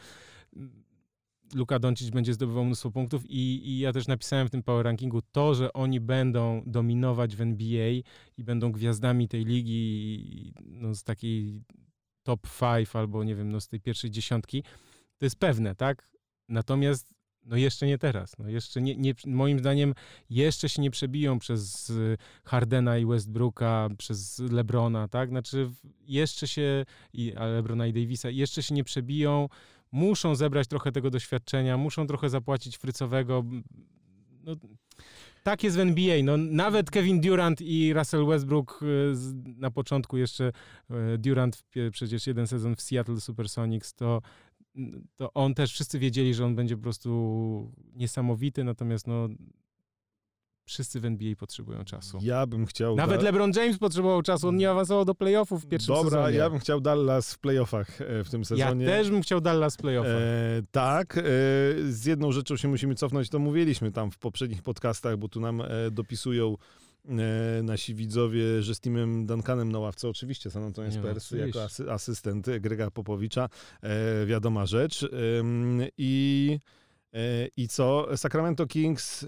Luka Doncic będzie zdobywał mnóstwo punktów i, i ja też napisałem w tym power rankingu to, że oni będą dominować w N B A i będą gwiazdami tej ligi, no z takiej top pięć albo nie wiem, no z tej pierwszej dziesiątki. To jest pewne, tak? Natomiast no jeszcze nie teraz. No jeszcze nie, nie, moim zdaniem jeszcze się nie przebiją przez Hardena i Westbrooka, przez LeBrona, tak? Znaczy jeszcze się, i a LeBrona i Davisa, jeszcze się nie przebiją. Muszą zebrać trochę tego doświadczenia, muszą trochę zapłacić frycowego. No, tak jest w N B A. No, nawet Kevin Durant i Russell Westbrook na początku jeszcze Durant przecież jeden sezon w Seattle Supersonics, to to on też, wszyscy wiedzieli, że on będzie po prostu niesamowity, natomiast no wszyscy w N B A potrzebują czasu. Ja bym chciał... Nawet da... LeBron James potrzebował czasu, on nie awansował do playoffów w pierwszym Dobra, sezonie. Dobra, ja bym chciał Dallas w playoffach w tym sezonie. Ja też bym chciał Dallas w playoffach. E, tak, e, z jedną rzeczą się musimy cofnąć, to mówiliśmy tam w poprzednich podcastach, bo tu nam e, dopisują e, nasi widzowie, że z Timem Duncanem na ławce, oczywiście San Antonio Spurs no, jako asy, asystent Grega Popowicza, e, wiadoma rzecz. E, i, e, I co? Sacramento Kings...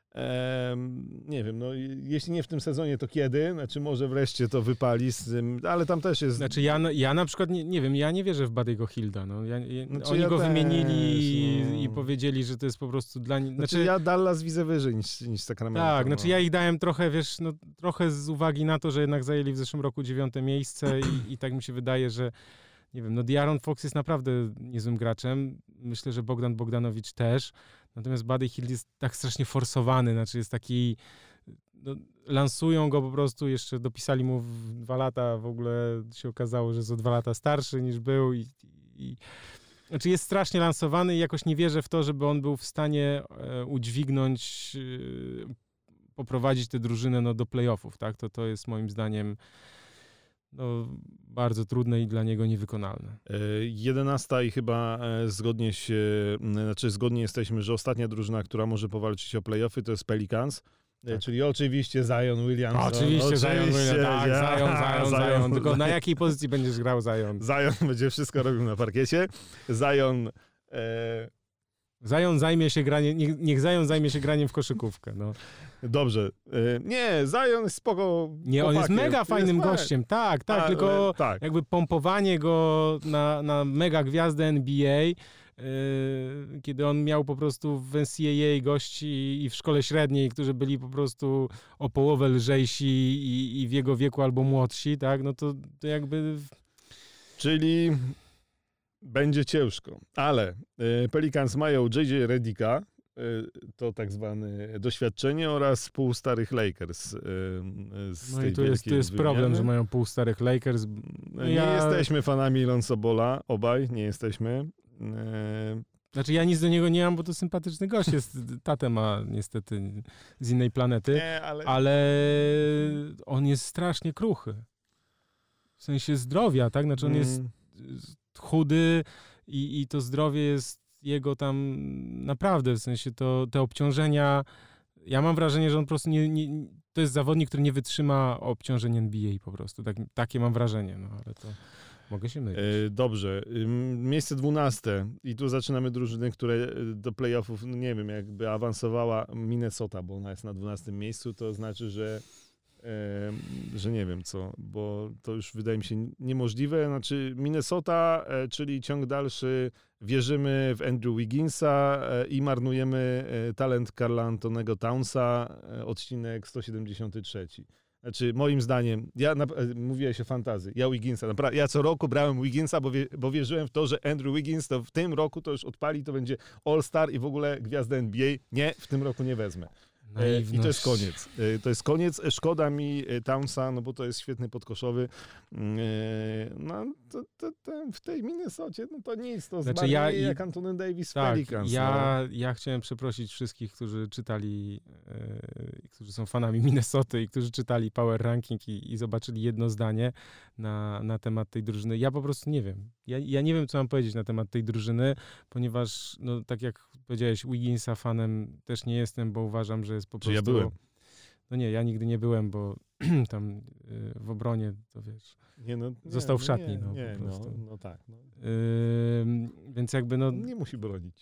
Ehm, nie wiem, no jeśli nie w tym sezonie, to kiedy? Znaczy może wreszcie to wypali, z tym, ale tam też jest... Znaczy ja, ja na przykład, nie, nie wiem, ja nie wierzę w Buddy'ego Hilda. No. Ja, ja, znaczy oni ja go też, wymienili no. i, i powiedzieli, że to jest po prostu dla nich... Znaczy, znaczy ja Dallas widzę wyżej niż, niż Sacramento. Tak, no. znaczy ja ich dałem trochę, wiesz, no trochę z uwagi na to, że jednak zajęli w zeszłym roku dziewiąte miejsce i, i tak mi się wydaje, że nie wiem, no De'Aaron Fox jest naprawdę niezłym graczem. Myślę, że Bogdan Bogdanowicz też. Natomiast Buddy Hield jest tak strasznie forsowany, znaczy jest taki... No, lansują go po prostu, jeszcze dopisali mu w dwa lata, w ogóle się okazało, że jest o dwa lata starszy niż był i... i znaczy jest strasznie lansowany i jakoś nie wierzę w to, żeby on był w stanie e, udźwignąć, e, poprowadzić tę drużynę no, do playoffów, tak? To, to jest moim zdaniem... no, bardzo trudne i dla niego niewykonalne. jedenasta i chyba zgodnie się, znaczy zgodnie jesteśmy, że ostatnia drużyna, która może powalczyć o play-offy, to jest Pelicans. Tak. Czyli oczywiście Zion Williamson. Oczywiście, oczywiście Zion Williamson, tak, ja, Zion, Zion, Zion, Zion. Tylko na jakiej pozycji będziesz grał Zion? Zion będzie wszystko robił na parkiecie. Zion... E... Zion zajmie się graniem, niech, niech Zion zajmie się graniem w koszykówkę. No. Dobrze. E... Nie, Zion jest spoko. Nie, on jest mega fajnym jest gościem, tak, tak, A, tylko tak. jakby pompowanie go na, na mega gwiazdę N B A, kiedy on miał po prostu w N C A A gości i w szkole średniej, którzy byli po prostu o połowę lżejsi i, i w jego wieku albo młodsi, tak, no to, to jakby... Czyli będzie ciężko, ale Pelicans mają J J Redicka, to tak zwane doświadczenie oraz pół starych Lakers. Z no i tu jest, tu jest problem, że mają pół starych Lakers. No nie ja... jesteśmy fanami Lonzo Balla, obaj nie jesteśmy. Znaczy ja nic do niego nie mam, bo to sympatyczny gość jest. Tatę ma niestety z innej planety, nie, ale... ale on jest strasznie kruchy. W sensie zdrowia, tak? Znaczy on mm. jest chudy i, i to zdrowie jest jego tam naprawdę, w sensie to, te obciążenia, ja mam wrażenie, że on po prostu nie, nie to jest zawodnik, który nie wytrzyma obciążeń N B A po prostu. Tak, takie mam wrażenie, no ale to mogę się mylić. Dobrze. Miejsce dwunaste i tu zaczynamy drużyny, które do playoffów, no nie wiem, jakby awansowała Minnesota, bo ona jest na dwunastym miejscu, to znaczy, że że nie wiem co, bo to już wydaje mi się niemożliwe. Znaczy Minnesota, czyli ciąg dalszy, wierzymy w Andrew Wigginsa i marnujemy talent Karla Antonego Townsa, odcinek sto siedemdziesiąty trzeci. Znaczy moim zdaniem, ja na, mówiłeś o fantazji, ja Wigginsa, naprawdę, ja co roku brałem Wigginsa, bo, wie, bo wierzyłem w to, że Andrew Wiggins to w tym roku to już odpali, to będzie All-Star i w ogóle gwiazda N B A. Nie, w tym roku nie wezmę. Naiwność. I to jest koniec. To jest koniec. Szkoda mi Townsa, no bo to jest świetny podkoszowy. No, to, to, to w tej Minnesocie, no to nic, to znaczy ja, jak Anthony Davis tak, Pelicans. Ja, no. ja chciałem przeprosić wszystkich, którzy czytali, yy, którzy są fanami Minnesoty i którzy czytali Power Ranking i, i zobaczyli jedno zdanie na, na temat tej drużyny. Ja po prostu nie wiem. Ja, ja nie wiem, co mam powiedzieć na temat tej drużyny, ponieważ, no tak jak powiedziałeś, Wigginsa fanem też nie jestem, bo uważam, że jest po prostu... Czy ja byłem? No nie, ja nigdy nie byłem, bo tam y, w obronie, to wiesz, nie, no, nie, został w szatni. Nie, no, nie, po prostu. no, no tak. No. Yy, więc jakby no... Nie musi bronić.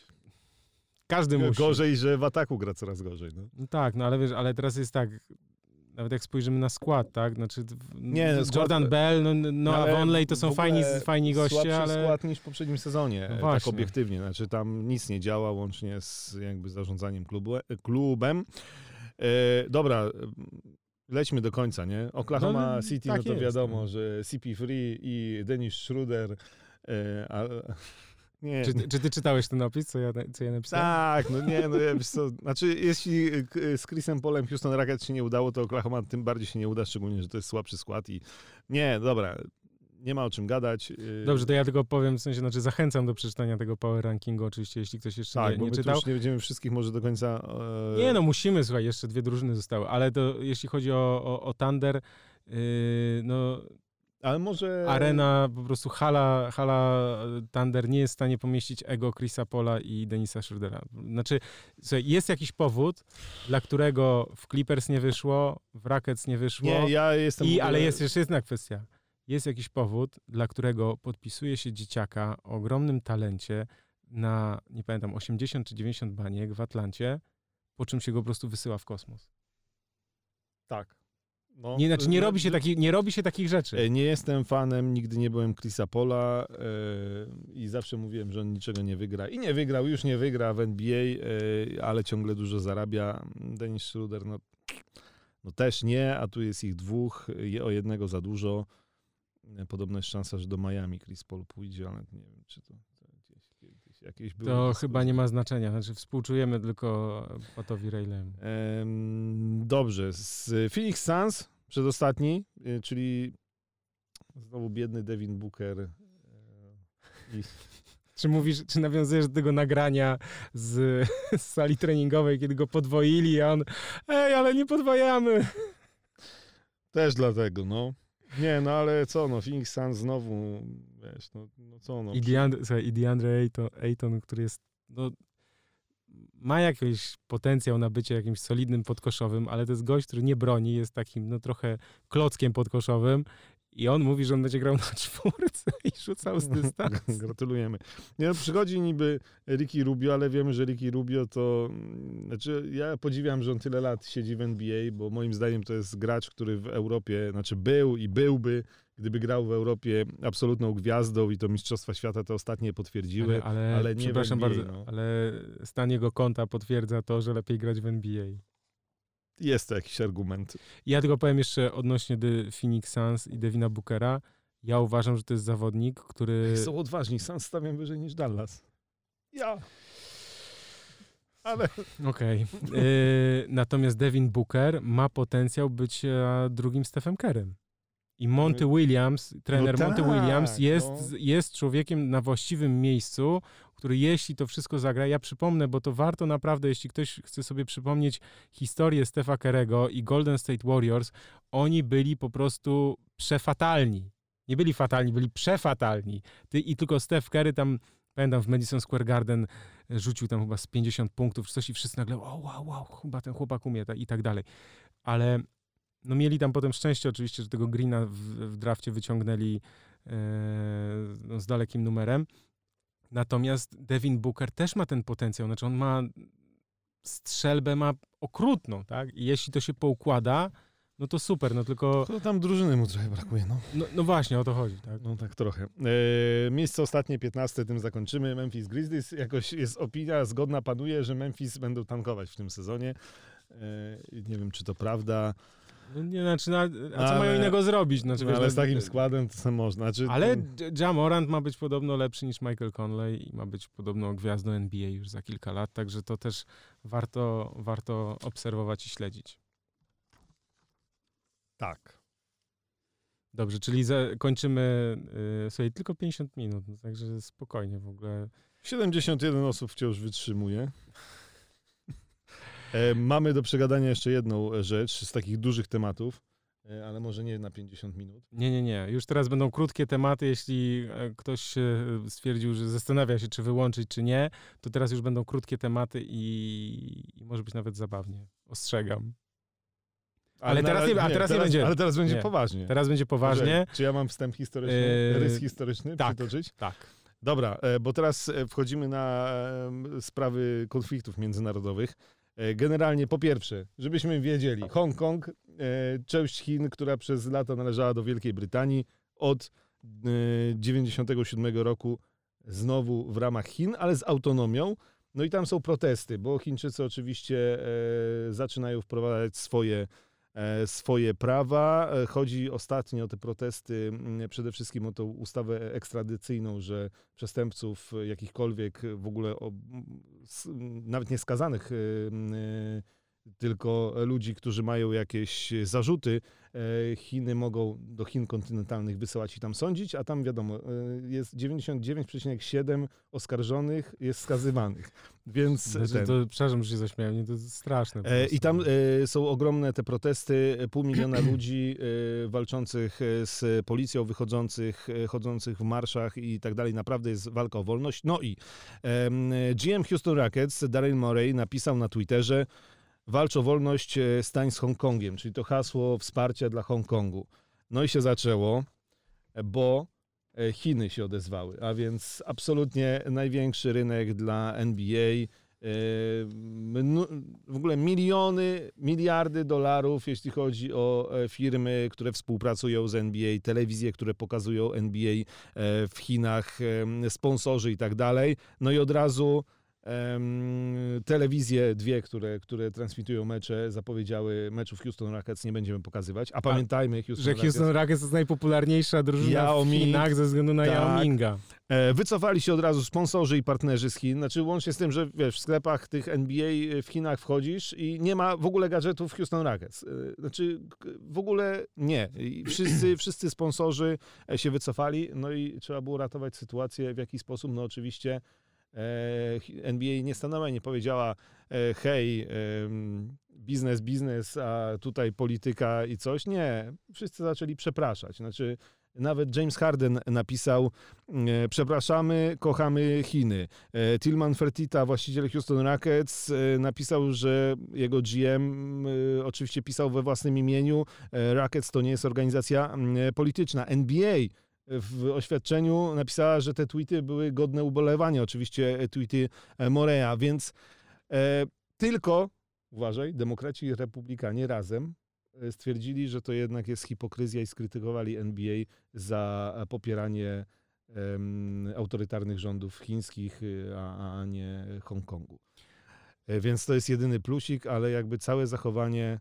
Każdy musi. Gorzej, że w ataku gra coraz gorzej. No. No tak, no ale wiesz, ale teraz jest tak, nawet jak spojrzymy na skład, tak, znaczy nie, Jordan skład, Bell, no, no a Vonley to są fajni, fajni goście, ale... skład niż w poprzednim sezonie, no tak obiektywnie, znaczy tam nic nie działa, łącznie z jakby zarządzaniem klubu, klubem. E, dobra, lećmy do końca, nie? Oklahoma no, City, tak no to jest, wiadomo, no. że C P trzy i Dennis Schroeder, e, a, nie. Czy, czy ty czytałeś ten opis, co ja, co ja napisałem? Tak, no nie, no wiesz co, znaczy jeśli z Chrisem Paulem Houston Rockets się nie udało, to Oklahoma tym bardziej się nie uda, szczególnie, że to jest słabszy skład i nie, dobra, nie ma o czym gadać. Dobrze, to ja tylko powiem, w sensie, znaczy zachęcam do przeczytania tego Power Rankingu, oczywiście, jeśli ktoś jeszcze tak, nie, nie nie czytał. czytał. Tak, bo nie będziemy wszystkich może do końca... E... Nie, no musimy, słuchaj, jeszcze dwie drużyny zostały, ale to jeśli chodzi o, o, o Thunder, yy, no... Ale może... Arena, po prostu hala, hala Thunder nie jest w stanie pomieścić ego Chrisa Paula i Dennisa Schroedera. Znaczy, słuchaj, jest jakiś powód, dla którego w Clippers nie wyszło, w Rockets nie wyszło. Nie, ja jestem... I, ogóle... Ale jest jeszcze jedna kwestia. Jest jakiś powód, dla którego podpisuje się dzieciaka o ogromnym talencie na, nie pamiętam, osiemdziesiąt czy dziewięćdziesiąt baniek w Atlancie, po czym się go po prostu wysyła w kosmos. Tak. No, nie, znaczy nie, robi się taki, nie robi się takich rzeczy. Nie jestem fanem, nigdy nie byłem Chrisa Paula yy, i zawsze mówiłem, że on niczego nie wygra. I nie wygrał, już nie wygra w N B A, yy, ale ciągle dużo zarabia. Dennis Schroeder, no, no też nie, a tu jest ich dwóch, o jednego za dużo. Podobno jest szansa, że do Miami Chris Paul pójdzie, ale nie wiem, czy to, to gdzieś kiedyś jakieś było. To chyba nie ma znaczenia, znaczy współczujemy tylko Patowi Raylemu. Ehm, dobrze, z Phoenix Suns przedostatni, czyli znowu biedny Devin Booker. I... Czy mówisz, czy nawiązujesz do tego nagrania z, z sali treningowej, kiedy go podwoili, a on, ej, ale nie podwajamy. Też dlatego, no. Nie, no ale co, no Phoenix Suns znowu, wiesz, no, no co, no. I DeAndre, słuchaj, i DeAndre Ayton, Ayton, który jest, no, ma jakiś potencjał na bycie jakimś solidnym podkoszowym, ale to jest gość, który nie broni, jest takim, no trochę klockiem podkoszowym i on mówi, że on będzie grał na czwórce i rzucał z dystansu. Gratulujemy. Nie, no, przychodzi niby Ricky Rubio, ale wiemy, że Ricky Rubio to... Znaczy, ja podziwiam, że on tyle lat siedzi w N B A, bo moim zdaniem to jest gracz, który w Europie, znaczy był i byłby, gdyby grał w Europie absolutną gwiazdą i to Mistrzostwa Świata te ostatnie potwierdziły, ale, ale, ale nie przepraszam w N B A, bardzo, no. ale stan jego konta potwierdza to, że lepiej grać w N B A. Jest to jakiś argument. Ja tylko powiem jeszcze odnośnie The Phoenix Suns i Devina Bookera. Ja uważam, że to jest zawodnik, który... Są odważni. Suns stawiam wyżej niż Dallas. Ja. Ale... Okej. Okay. Yy, natomiast Devin Booker ma potencjał być drugim Stephem Currym. I Monty Williams, trener no Monty tak, Williams jest, no. jest człowiekiem na właściwym miejscu, który jeśli to wszystko zagra, ja przypomnę, bo to warto naprawdę, jeśli ktoś chce sobie przypomnieć historię Stepha Curry'ego i Golden State Warriors, oni byli po prostu przefatalni. Nie byli fatalni, byli przefatalni. Ty, I tylko Steph Curry tam, pamiętam, w Madison Square Garden rzucił tam chyba z pięćdziesiąt punktów, czy coś i wszyscy nagle, wow, wow, wow, chyba ten chłopak umie ta, i tak dalej. Ale no mieli tam potem szczęście oczywiście, że tego Greena w, w drafcie wyciągnęli e, no, z dalekim numerem. Natomiast Devin Booker też ma ten potencjał. Znaczy on ma strzelbę, ma okrutną, tak? I jeśli to się poukłada, no to super, no tylko... To tam drużyny mu trochę brakuje, no. No, no właśnie, o to chodzi, tak? No tak trochę. E, miejsce ostatnie, piętnaste, tym zakończymy. Memphis Grizzlies. Jakoś jest opinia zgodna, panuje, że Memphis będą tankować w tym sezonie. E, nie wiem, czy to prawda. No nie, znaczy, no, a co ale, mają innego zrobić? Znaczy, no, wiesz, ale no, z takim składem to co można. Znaczy, ale to... Ja Morant ma być podobno lepszy niż Michael Conley i ma być podobno gwiazdą N B A już za kilka lat, także to też warto, warto obserwować i śledzić. Tak. Dobrze, czyli za, kończymy yy, sobie tylko pięćdziesiąt minut, także spokojnie w ogóle. siedemdziesiąt jeden osób wciąż wytrzymuje. E, mamy do przegadania jeszcze jedną rzecz z takich dużych tematów, e, ale może nie na pięćdziesiąt minut. Nie, nie, nie. Już teraz będą krótkie tematy. Jeśli ktoś stwierdził, że zastanawia się, czy wyłączyć, czy nie, to teraz już będą krótkie tematy i, i może być nawet zabawnie. Ostrzegam. Ale, ale teraz, nie, a teraz nie, teraz, będzie. Ale teraz będzie nie. poważnie. Teraz będzie poważnie. Czy, czy ja mam wstęp historyczny, yy, rys historyczny tak, przytoczyć? Tak. Dobra, bo teraz wchodzimy na sprawy konfliktów międzynarodowych. Generalnie po pierwsze, żebyśmy wiedzieli, Hongkong, część Chin, która przez lata należała do Wielkiej Brytanii, od dziewięćdziesiątego siódmego roku znowu w ramach Chin, ale z autonomią. No i tam są protesty, bo Chińczycy oczywiście zaczynają wprowadzać swoje swoje prawa. Chodzi ostatnio o te protesty przede wszystkim o tą ustawę ekstradycyjną, że przestępców jakichkolwiek w ogóle o, nawet nie skazanych, tylko ludzi, którzy mają jakieś zarzuty, Chiny mogą do Chin kontynentalnych wysyłać i tam sądzić, a tam wiadomo, jest dziewięćdziesiąt dziewięć przecinek siedem oskarżonych jest skazywanych. Więc znaczy, ten... to, przepraszam, że się zaśmiałem, nie, to jest straszne. I tam e, są ogromne te protesty, pół miliona ludzi e, walczących z policją, wychodzących, e, chodzących w marszach i tak dalej. Naprawdę jest walka o wolność. No i e, G M Houston Rockets, Daryl Morey napisał na Twitterze: walcz o wolność, stań z Hongkongiem, czyli to hasło wsparcia dla Hongkongu. No i się zaczęło, bo Chiny się odezwały, a więc absolutnie największy rynek dla N B A. W ogóle miliony, miliardy dolarów, jeśli chodzi o firmy, które współpracują z N B A, telewizje, które pokazują N B A w Chinach, sponsorzy i tak dalej. No i od razu Um, telewizje dwie, które, które transmitują mecze, zapowiedziały meczów Houston Rockets nie będziemy pokazywać, a pamiętajmy, Houston że Rockets, Houston Rockets to jest najpopularniejsza drużyna Yao w Chinach ze względu na tak. Yao Minga. E, wycofali się od razu sponsorzy i partnerzy z Chin, znaczy łącznie z tym, że wiesz, w sklepach tych N B A w Chinach wchodzisz i nie ma w ogóle gadżetów Houston Rockets. E, znaczy w ogóle nie. I wszyscy, wszyscy sponsorzy się wycofali, no i trzeba było ratować sytuację w jaki sposób, no oczywiście N B A nie stanęła i nie powiedziała: hej, biznes, biznes, a tutaj polityka i coś. Nie, wszyscy zaczęli przepraszać. Znaczy, nawet James Harden napisał, e, przepraszamy, kochamy Chiny. E, Tillman Fertitta, właściciel Houston Rockets, e, napisał, że jego G M e, oczywiście pisał we własnym imieniu. E, Rockets to nie jest organizacja e, polityczna. N B A w oświadczeniu napisała, że te tweety były godne ubolewania. Oczywiście tweety Moreya, więc e, tylko, uważaj, demokraci i republikanie razem stwierdzili, że to jednak jest hipokryzja i skrytykowali N B A za popieranie um, autorytarnych rządów chińskich, a, a nie Hongkongu. Więc to jest jedyny plusik, ale jakby całe zachowanie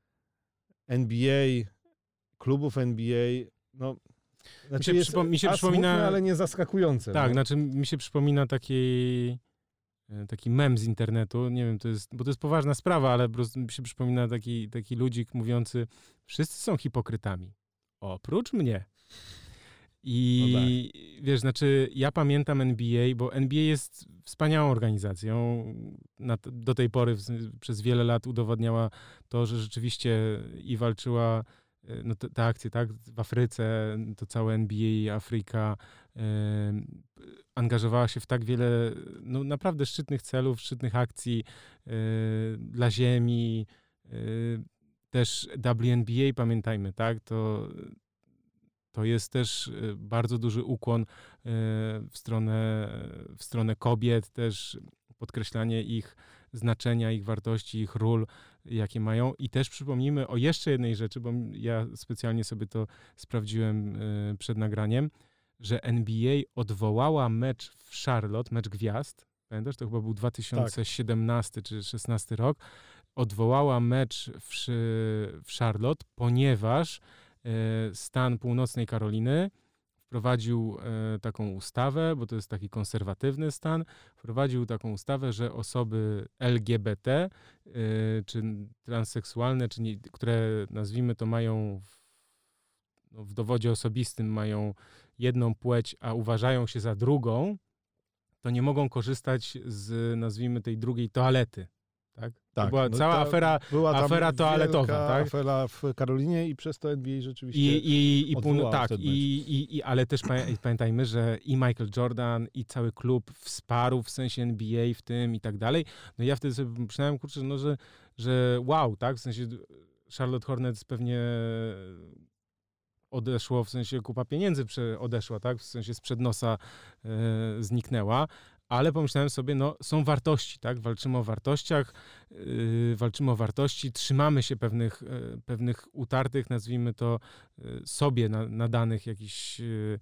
N B A, klubów N B A, no znaczy mi się, jest przypom- mi się przypomina, smutne, ale nie zaskakujące. Tak, no. znaczy mi się przypomina taki, taki mem z internetu, nie wiem, to jest, bo to jest poważna sprawa, ale po prostu mi się przypomina taki, taki ludzik mówiący, wszyscy są hipokrytami, oprócz mnie. I no tak. wiesz, znaczy ja pamiętam N B A, bo N B A jest wspaniałą organizacją. Na, do tej pory w, przez wiele lat udowodniała to, że rzeczywiście i walczyła no te, te akcje, tak, w Afryce, to całe N B A, Afryka e, angażowała się w tak wiele, no naprawdę szczytnych celów, szczytnych akcji e, dla ziemi. E, też W N B A, pamiętajmy, tak, to To jest też bardzo duży ukłon w stronę, w stronę kobiet, też podkreślanie ich znaczenia, ich wartości, ich ról, jakie mają. I też przypomnijmy o jeszcze jednej rzeczy, bo ja specjalnie sobie to sprawdziłem przed nagraniem, że N B A odwołała mecz w Charlotte, mecz gwiazd, pamiętasz, to chyba był dwa tysiące siedemnasty tak. czy szesnasty rok, odwołała mecz w, w Charlotte, ponieważ stan północnej Karoliny wprowadził taką ustawę, bo to jest taki konserwatywny stan, wprowadził taką ustawę, że osoby L G B T, czy transseksualne, czy nie, które nazwijmy to mają w, no w dowodzie osobistym mają jedną płeć, a uważają się za drugą, to nie mogą korzystać z, nazwijmy, tej drugiej toalety. Tak? Tak, to była no cała ta, afera, była tam afera toaletowa. Tak? Afera w Karolinie i przez to N B A rzeczywiście I, i, i pół, tak, ten i, i, i, ale też pamiętajmy, że i Michael Jordan, i cały klub wsparł w sensie N B A w tym i tak dalej. No i ja wtedy sobie pomyślałem, kurczę, no, że, że wow, tak, w sensie Charlotte Hornets pewnie odeszło, w sensie kupa pieniędzy odeszła, tak, w sensie sprzed nosa e, zniknęła. Ale pomyślałem sobie, no są wartości, tak? Walczymy o wartościach, yy, walczymy o wartości, trzymamy się pewnych, yy, pewnych utartych, nazwijmy to, yy, sobie na, nadanych jakichś yy,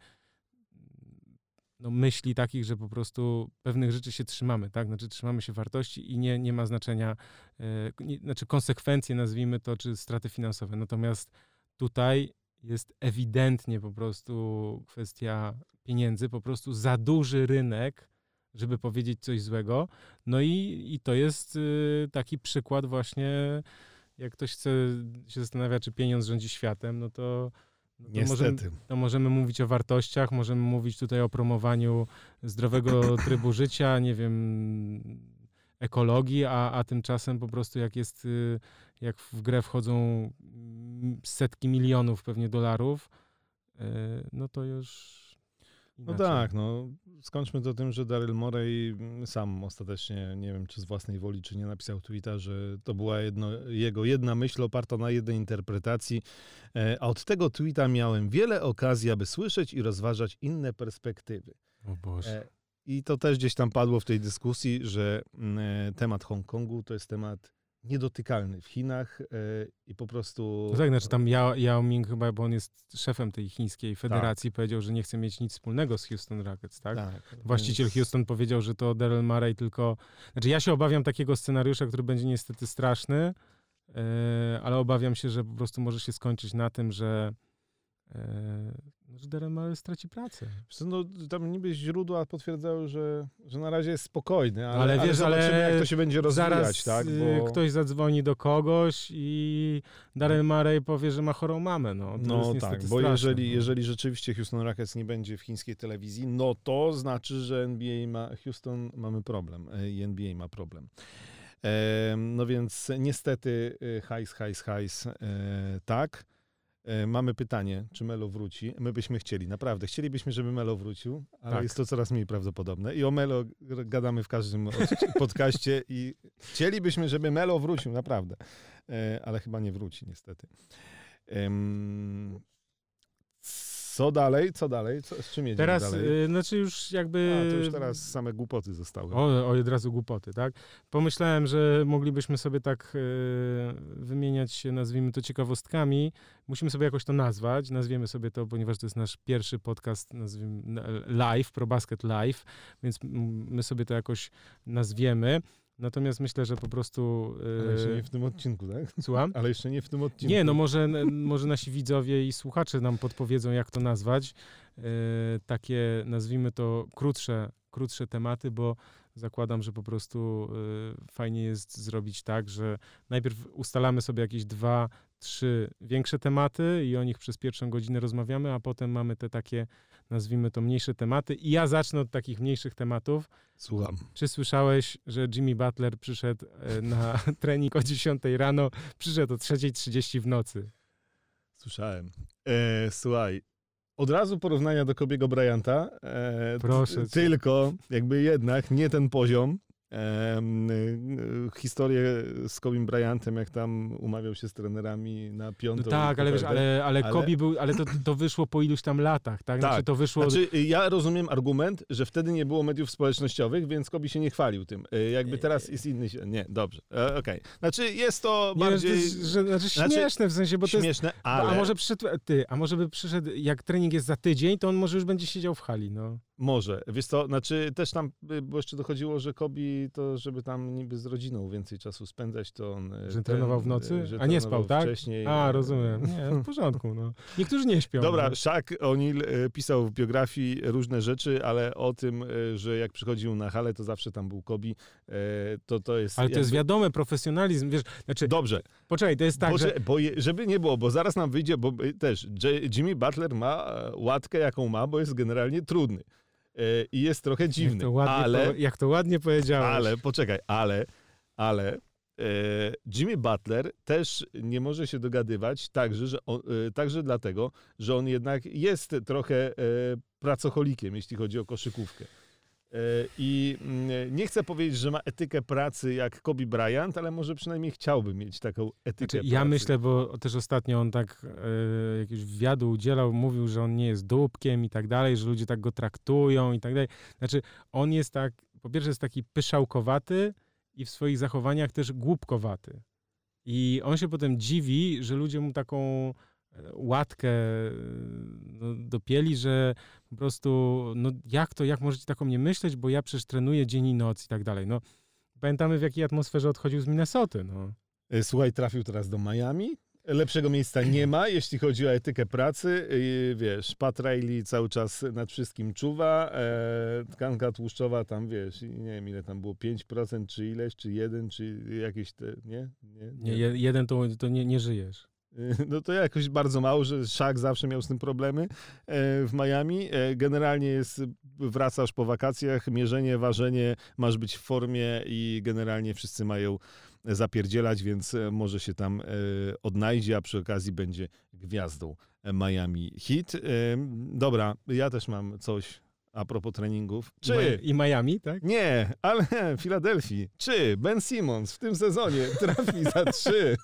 no, myśli takich, że po prostu pewnych rzeczy się trzymamy, tak? Znaczy trzymamy się wartości i nie, nie ma znaczenia, yy, nie, znaczy konsekwencje, nazwijmy to, czy straty finansowe. Natomiast tutaj jest ewidentnie po prostu kwestia pieniędzy, po prostu za duży rynek, żeby powiedzieć coś złego. No i, i to jest y, taki przykład właśnie, jak ktoś chce się zastanawia, czy pieniądz rządzi światem, no to, no to, możemy, to możemy mówić o wartościach, możemy mówić tutaj o promowaniu zdrowego trybu życia, nie wiem, ekologii, a, a tymczasem po prostu jak jest, y, jak w grę wchodzą setki milionów pewnie dolarów, y, no to już No tak, no skończmy to tym, że Daryl Morey sam ostatecznie, nie wiem czy z własnej woli, czy nie, napisał tweeta, że to była jedno, jego jedna myśl oparta na jednej interpretacji, a od tego tweeta miałem wiele okazji, aby słyszeć i rozważać inne perspektywy. O Boże. I to też gdzieś tam padło w tej dyskusji, że temat Hongkongu to jest temat niedotykalny w Chinach yy, i po prostu... No tak, znaczy tam Yao, Yao Ming chyba, bo on jest szefem tej chińskiej federacji, tak. Powiedział, że nie chce mieć nic wspólnego z Houston Rockets, tak? tak Właściciel więc... Houston powiedział, że to Daryl Morey tylko... Znaczy ja się obawiam takiego scenariusza, który będzie niestety straszny, yy, ale obawiam się, że po prostu może się skończyć na tym, że Yy, że Daryl Morey straci pracę. No, tam niby źródła potwierdzały, że, że na razie jest spokojny, ale, ale, wiesz, ale zobaczymy, ale jak to się będzie rozwijać. Zaraz tak? Bo... ktoś zadzwoni do kogoś i Daryl Morey powie, że ma chorą mamę. No, to no jest tak, bo straszne, jeżeli, no. jeżeli rzeczywiście Houston Rockets nie będzie w chińskiej telewizji, no to znaczy, że N B A ma, Houston mamy problem i N B A ma problem. E, no więc niestety hajs, hajs, hajs, e, tak. E, mamy pytanie, czy Melo wróci. My byśmy chcieli, naprawdę. Chcielibyśmy, żeby Melo wrócił, ale Tak. jest to coraz mniej prawdopodobne. I o Melo gadamy w każdym podcaście i chcielibyśmy, żeby Melo wrócił, naprawdę. E, ale chyba nie wróci, niestety. Ehm, co dalej? Co dalej? Co, z czym jedziemy Teraz, dalej? y, znaczy już jakby... A, to już teraz same głupoty zostały. O, o, od razu głupoty, tak? Pomyślałem, że moglibyśmy sobie tak y, wymieniać się, nazwijmy to ciekawostkami. Musimy sobie jakoś to nazwać. Nazwiemy sobie to, ponieważ to jest nasz pierwszy podcast, nazwijmy live, ProBasket Live, więc my sobie to jakoś nazwiemy. Natomiast myślę, że po prostu... Yy... Ale jeszcze nie w tym odcinku, tak? Słucham? Ale jeszcze nie w tym odcinku. Nie, no może, może nasi widzowie i słuchacze nam podpowiedzą, jak to nazwać. Yy, takie, nazwijmy to, krótsze, krótsze tematy, bo zakładam, że po prostu yy, fajnie jest zrobić tak, że najpierw ustalamy sobie jakieś dwa, trzy większe tematy i o nich przez pierwszą godzinę rozmawiamy, a potem mamy te takie, nazwijmy to, mniejsze tematy. I ja zacznę od takich mniejszych tematów. Słucham. Czy słyszałeś, że Jimmy Butler przyszedł na trening o dziesiątej rano, przyszedł o trzeciej trzydzieści w nocy? Słyszałem. E, słuchaj, od razu porównania do Kobiego Bryanta. E, Proszę t- tylko jakby jednak nie ten poziom. E, historię z Kobim Bryantem, jak tam umawiał się z trenerami na piątą. No tak, ale wiesz, ale, ale, ale Kobe był, ale to, to wyszło po iluś tam latach, tak? Tak. Znaczy to wyszło... Znaczy, ja rozumiem argument, że wtedy nie było mediów społecznościowych, więc Kobe się nie chwalił tym. Jakby teraz jest inny... Nie, dobrze, e, okej. Okay. Znaczy, jest to nie, bardziej... Że, że, znaczy śmieszne znaczy, w sensie, bo to śmieszne, jest... ale... A może przyszedł... Ty, a może by przyszedł, jak trening jest za tydzień, to on może już będzie siedział w hali, no. Może. Wiesz co, znaczy też tam, bo jeszcze dochodziło, że Kobe to, żeby tam niby z rodziną więcej czasu spędzać, to on... Że ten, trenował w nocy? Że a nie spał, tak? Wcześniej. A, rozumiem. Nie, w porządku, no. Niektórzy nie śpią. Dobra, no. Shaq O'Neal pisał w biografii różne rzeczy, ale o tym, że jak przychodził na halę, to zawsze tam był Kobe, to to jest... Ale to jakby... jest wiadome, profesjonalizm, wiesz, znaczy... Dobrze. Poczekaj, to jest tak, bo, że... Bo je, żeby nie było, bo zaraz nam wyjdzie, bo też Jimmy Butler ma łatkę, jaką ma, bo jest generalnie trudny. I jest trochę dziwny, jak to ładnie, ale... Po, jak to ładnie powiedziałeś. Ale, poczekaj, ale, ale e, Jimmy Butler też nie może się dogadywać także, że on, e, także dlatego, że on jednak jest trochę e, pracocholikiem, jeśli chodzi o koszykówkę. E, I m, nie chcę powiedzieć, że ma etykę pracy jak Kobe Bryant, ale może przynajmniej chciałby mieć taką etykę znaczy, pracy. Ja myślę, bo też ostatnio on tak e, jakiś wywiadu udzielał, mówił, że on nie jest dupkiem i tak dalej, że ludzie tak go traktują i tak dalej. Znaczy, on jest tak, po pierwsze jest taki pyszałkowaty i w swoich zachowaniach też głupkowaty. I on się potem dziwi, że ludzie mu taką łatkę no, dopieli, że po prostu, no jak to, jak możecie taką nie myśleć, bo ja przecież trenuję dzień i noc i tak dalej. No, pamiętamy, w jakiej atmosferze odchodził z Minnesoty, no. Słuchaj, trafił teraz do Miami. Lepszego miejsca nie ma, jeśli chodzi o etykę pracy. Wiesz, Pat Riley cały czas nad wszystkim czuwa. E, tkanka tłuszczowa tam, wiesz, nie wiem ile tam było, pięć procent czy ileś, czy jeden, czy jakieś te, nie? Nie, nie. nie jeden to, to nie, nie żyjesz. No to jakoś bardzo mało, że Shaq zawsze miał z tym problemy w Miami. Generalnie jest, wracasz po wakacjach, mierzenie, ważenie, masz być w formie i generalnie wszyscy mają zapierdzielać, więc może się tam odnajdzie, a przy okazji będzie gwiazdą Miami Heat. Dobra, ja też mam coś a propos treningów. Czy... I Miami, tak? Nie, ale w Filadelfii. Czy Ben Simmons w tym sezonie trafi za trzy?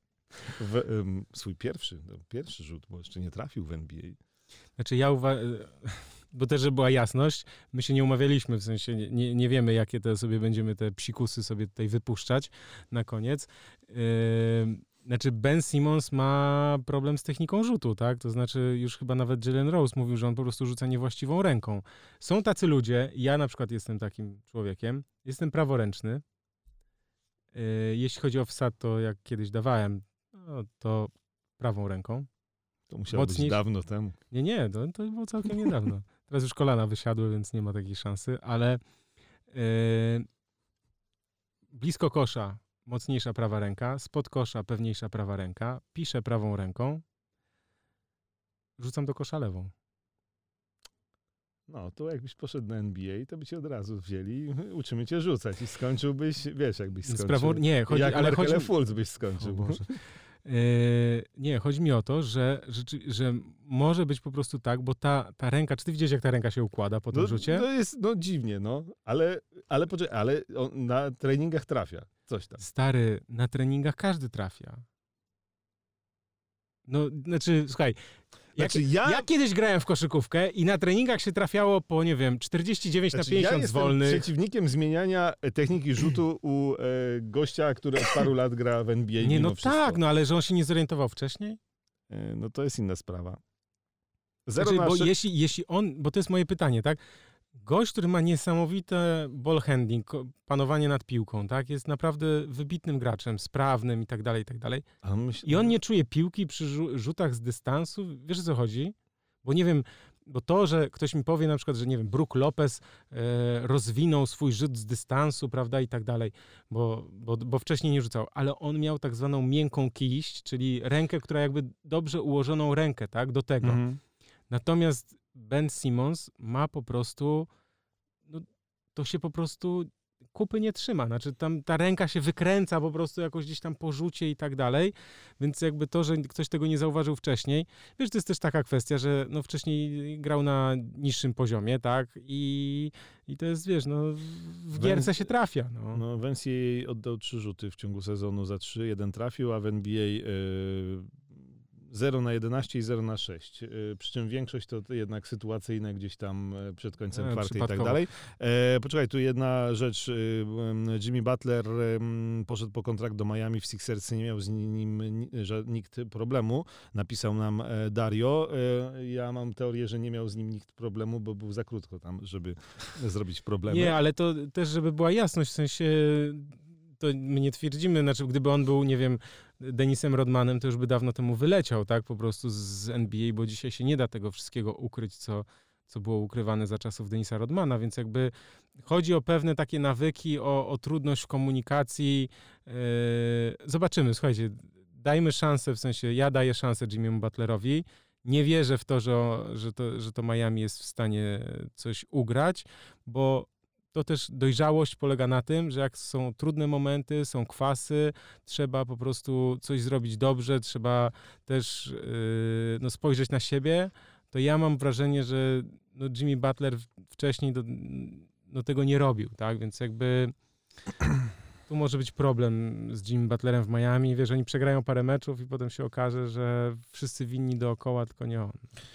W, um, swój pierwszy, no, pierwszy rzut, bo jeszcze nie trafił w N B A. Znaczy ja uważam, bo też, żeby była jasność, my się nie umawialiśmy, w sensie nie, nie wiemy, jakie to sobie będziemy te psikusy sobie tutaj wypuszczać na koniec. Yy, znaczy Ben Simmons ma problem z techniką rzutu, tak? To znaczy już chyba nawet Jalen Rose mówił, że on po prostu rzuca niewłaściwą ręką. Są tacy ludzie, ja na przykład jestem takim człowiekiem, jestem praworęczny. Yy, jeśli chodzi o wsad, to jak kiedyś dawałem, no, to prawą ręką. To musiało Mocniej... być dawno temu. Nie, nie, to, to było całkiem niedawno. Teraz już kolana wysiadły, więc nie ma takiej szansy, ale yy, blisko kosza mocniejsza prawa ręka, spod kosza pewniejsza prawa ręka, piszę prawą ręką, rzucam do kosza lewą. No, to jakbyś poszedł na N B A, to by cię od razu wzięli, uczymy cię rzucać i skończyłbyś, wiesz, jakbyś skończył. Sprawą, nie, chodzi, jak ale Markelle chodzi... Fultz byś skończył. Yy, nie, chodzi mi o to, że, że, że może być po prostu tak, bo ta, ta ręka, czy ty widziałeś, jak ta ręka się układa po tym no, rzucie? To jest, no dziwnie, no, ale, ale poczekaj, ale on na treningach trafia, coś tam. Stary, na treningach każdy trafia. No, znaczy, słuchaj, jak, znaczy ja... ja kiedyś grałem w koszykówkę i na treningach się trafiało po, nie wiem, czterdzieści dziewięć znaczy, na pięćdziesiąt ja z wolnych. Ja jestem przeciwnikiem zmieniania techniki rzutu u e, gościa, który od paru lat gra w N B A. Nie, no wszystko. tak, no ale że on się nie zorientował wcześniej? E, no to jest inna sprawa. Zero Znaczy, na bo sze... jeśli, jeśli on, bo to jest moje pytanie, tak? Gość, który ma niesamowite ball handling, panowanie nad piłką, tak? Jest naprawdę wybitnym graczem, sprawnym i tak dalej, i tak dalej. Myśl... I on nie czuje piłki przy rzutach z dystansu. Wiesz, o co chodzi? Bo nie wiem, bo to, że ktoś mi powie na przykład, że nie wiem, Brook Lopez e, rozwinął swój rzut z dystansu, prawda, i tak dalej, bo, bo, bo wcześniej nie rzucał, ale on miał tak zwaną miękką kiść, czyli rękę, która jakby dobrze ułożoną rękę, tak, do tego. Mhm. Natomiast Ben Simmons ma po prostu, no, to się po prostu kupy nie trzyma, znaczy tam ta ręka się wykręca po prostu jakoś gdzieś tam po rzucie i tak dalej, więc jakby to, że ktoś tego nie zauważył wcześniej, wiesz, to jest też taka kwestia, że no wcześniej grał na niższym poziomie, tak, i, i to jest, wiesz, no w gierce się trafia. No, no w N C A A oddał trzy rzuty w ciągu sezonu za trzy, jeden trafił, a w N B A yy... zero na jedenaście i zero na sześć. Przy czym większość to jednak sytuacyjne gdzieś tam przed końcem kwarty i tak dalej. E, poczekaj, tu jedna rzecz. Jimmy Butler poszedł po kontrakt do Miami w Sixers, nie miał z nim że nikt problemu. Napisał nam Dario. E, ja mam teorię, że nie miał z nim nikt problemu, bo był za krótko tam, żeby zrobić problemy. Nie, ale to też, żeby była jasność, w sensie... To my nie twierdzimy, znaczy gdyby on był, nie wiem, Dennisem Rodmanem, to już by dawno temu wyleciał, tak, po prostu z N B A, bo dzisiaj się nie da tego wszystkiego ukryć, co, co było ukrywane za czasów Dennisa Rodmana, więc jakby chodzi o pewne takie nawyki, o, o trudność w komunikacji. Yy, zobaczymy, słuchajcie, dajmy szansę, w sensie ja daję szansę Jimmy'emu Butlerowi. Nie wierzę w to, że, że to, że to Miami jest w stanie coś ugrać, bo to też dojrzałość polega na tym, że jak są trudne momenty, są kwasy, trzeba po prostu coś zrobić dobrze, trzeba też yy, no, spojrzeć na siebie, to ja mam wrażenie, że no, Jimmy Butler wcześniej do, no, tego nie robił, tak, więc jakby tu może być problem z Jimmy Butlerem w Miami, wiesz, oni przegrają parę meczów i potem się okaże, że wszyscy winni dookoła, tylko nie on.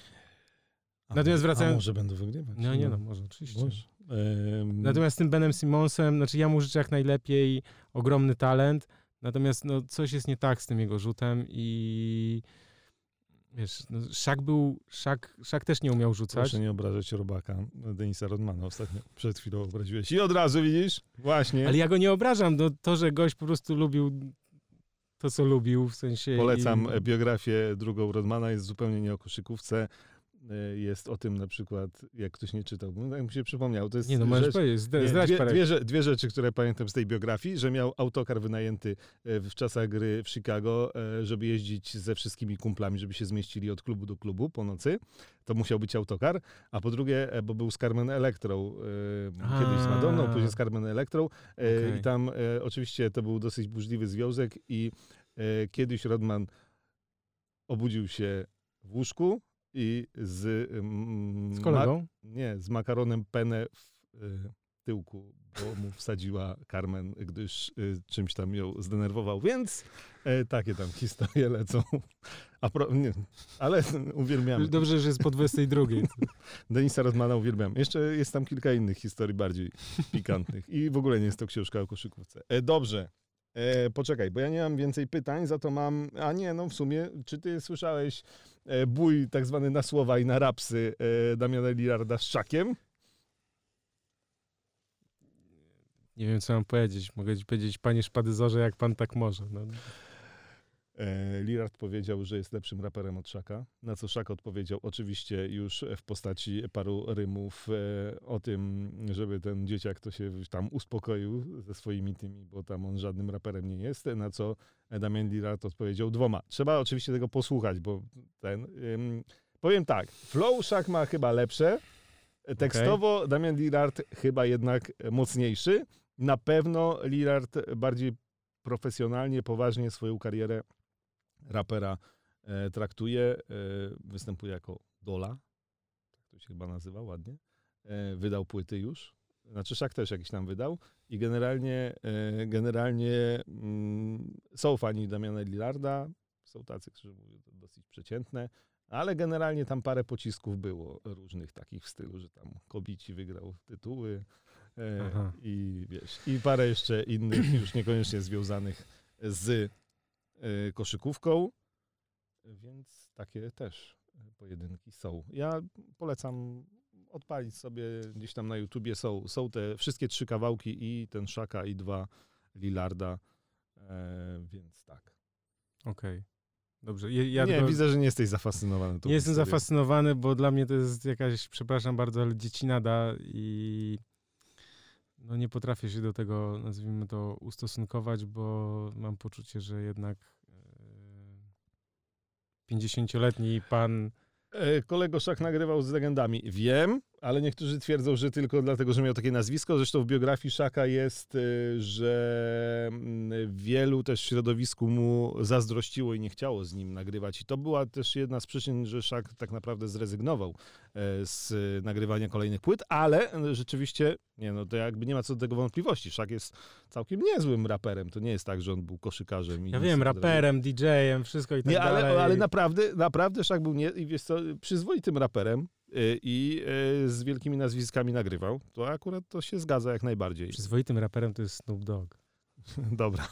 A Natomiast wracając... A może będą wygrywać? No nie no, może oczywiście. Może. Um... Natomiast z tym Benem Simmonsem, znaczy ja mu życzę jak najlepiej, ogromny talent, natomiast no coś jest nie tak z tym jego rzutem i wiesz, no Shaq był, Shaq, Shaq też nie umiał rzucać. Proszę nie obrażać robaka Dennisa Rodmana, ostatnio przed chwilą obraziłeś i od razu widzisz, właśnie. Ale ja go nie obrażam, no, to, że gość po prostu lubił to, co lubił, w sensie... Polecam i... biografię drugą Rodmana, jest zupełnie nie o koszykówce. Jest o tym na przykład, jak ktoś nie czytał, no, jak mi się przypomniał, to jest Nie no, możesz rzecz, powiedzieć, zdra- nie, zdradź dwie, parę. dwie, dwie rzeczy, które pamiętam z tej biografii, że miał autokar wynajęty w czasach gry w Chicago, żeby jeździć ze wszystkimi kumplami, żeby się zmieścili od klubu do klubu po nocy. To musiał być autokar, a po drugie, bo był z Carmen Electrą, a. kiedyś z Madonną, później z Carmen Electrą okay. i tam oczywiście to był dosyć burzliwy związek i kiedyś Rodman obudził się w łóżku i z... Mm, z kolegą? Ma- nie, z makaronem penne w y, tyłku, bo mu wsadziła Carmen, gdyż y, czymś tam ją zdenerwował, więc y, takie tam historie lecą. A pro, nie, ale uwielbiamy. Dobrze, że jest po dwudziestej drugiej. Dennisa Rodmana uwielbiam. Jeszcze jest tam kilka innych historii bardziej pikantnych i w ogóle nie jest to książka o koszykówce. E, dobrze. E, poczekaj, bo ja nie mam więcej pytań, za to mam... A nie, no w sumie, czy ty słyszałeś e, bój tak zwany na słowa i na rapsy e, Damiana Lillarda z Szakiem? Nie wiem, co mam powiedzieć. Mogę ci powiedzieć, panie Szpadyzorze, jak pan tak może. No. E, Lillard powiedział, że jest lepszym raperem od Szaka, na co Szak odpowiedział oczywiście już w postaci paru rymów e, o tym, żeby ten dzieciak to się tam uspokoił ze swoimi tymi, bo tam on żadnym raperem nie jest, na co Damian Lillard odpowiedział dwoma. Trzeba oczywiście tego posłuchać, bo ten... Ym, powiem tak, flow Szak ma chyba lepsze, Tekstowo okay. Damian Lillard chyba jednak mocniejszy. Na pewno Lillard bardziej profesjonalnie, poważnie swoją karierę rapera e, traktuje. E, występuje jako Dola, tak to się chyba nazywa ładnie. E, wydał płyty już. Znaczy Shaq też jakiś tam wydał. I generalnie, e, generalnie mm, są fani Damiana Lillarda. Są tacy, którzy mówią, to dosyć przeciętne. Ale generalnie tam parę pocisków było różnych takich w stylu, że tam Kobici wygrał tytuły e, i wiesz, i parę jeszcze innych, już niekoniecznie związanych z e, koszykówką, więc takie też pojedynki są. Ja polecam odpalić sobie, gdzieś tam na YouTubie są, są te wszystkie trzy kawałki i ten Shaka i dwa Lillarda, e, więc tak. Okej. Okay. Dobrze. Ja, ja nie, tylko... widzę, że nie jesteś zafascynowany. Nie jestem zafascynowany, bo dla mnie to jest jakaś, przepraszam bardzo, ale dziecinada i no nie potrafię się do tego, nazwijmy to, ustosunkować, bo mam poczucie, że jednak pięćdziesięcioletni pan... Kolego Shaq nagrywał z legendami. Wiem, ale niektórzy twierdzą, że tylko dlatego, że miał takie nazwisko. Zresztą w biografii Shaka jest, że wielu też w środowisku mu zazdrościło i nie chciało z nim nagrywać. I to była też jedna z przyczyn, że Shaq tak naprawdę zrezygnował z nagrywania kolejnych płyt, ale rzeczywiście, nie no, to jakby nie ma co do tego wątpliwości. Shaq jest całkiem niezłym raperem. To nie jest tak, że on był koszykarzem. I ja wiem, raperem, D J-em, wszystko i tak nie, ale, dalej. ale naprawdę, naprawdę Shaq był nie, i wiesz co, przyzwoitym raperem. I z wielkimi nazwiskami nagrywał, to akurat to się zgadza jak najbardziej. Przyzwoitym raperem to jest Snoop Dogg. Dobra.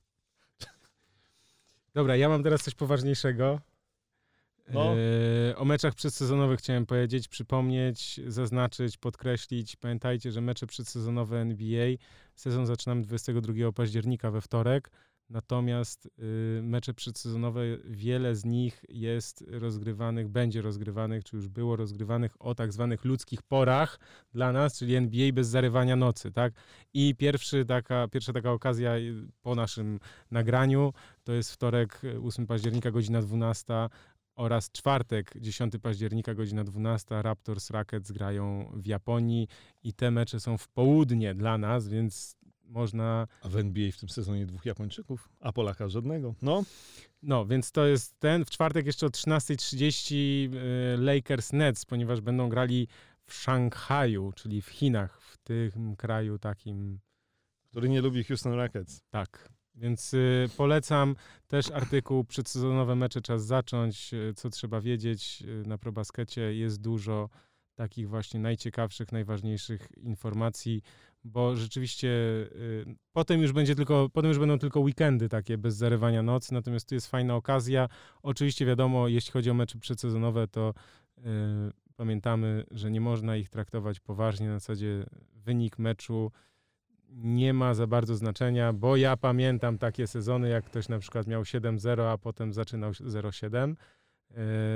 Dobra, ja mam teraz coś poważniejszego. No. E, o meczach przedsezonowych chciałem powiedzieć, przypomnieć, zaznaczyć, podkreślić. Pamiętajcie, że mecze przedsezonowe N B A, sezon zaczynamy dwudziestego drugiego października we wtorek. Natomiast y, mecze przedsezonowe, wiele z nich jest rozgrywanych, będzie rozgrywanych, czy już było rozgrywanych o tak zwanych ludzkich porach dla nas, czyli N B A bez zarywania nocy, tak? I pierwszy taka, pierwsza taka okazja po naszym nagraniu to jest wtorek, ósmego października, godzina dwunasta oraz czwartek, dziesiątego października, godzina dwunasta, Raptors Rockets grają w Japonii i te mecze są w południe dla nas, więc można... A w N B A w tym sezonie dwóch Japończyków, a Polaka żadnego. No, no więc to jest ten. W czwartek jeszcze o trzynasta trzydzieści Lakers Nets, ponieważ będą grali w Szanghaju, czyli w Chinach, w tym kraju takim... Który nie lubi Houston Rockets. Tak. Więc y, polecam też artykuł Przedsezonowe mecze czas zacząć, y, co trzeba wiedzieć. Y, na ProBaskecie jest dużo takich właśnie najciekawszych, najważniejszych informacji, bo rzeczywiście y, potem już będzie tylko, potem już będą tylko weekendy takie bez zarywania nocy, natomiast tu jest fajna okazja. Oczywiście wiadomo, jeśli chodzi o mecze przedsezonowe, to y, pamiętamy, że nie można ich traktować poważnie, na zasadzie wynik meczu nie ma za bardzo znaczenia, bo ja pamiętam takie sezony, jak ktoś na przykład miał siedem zero, a potem zaczynał zero siedem. Yy,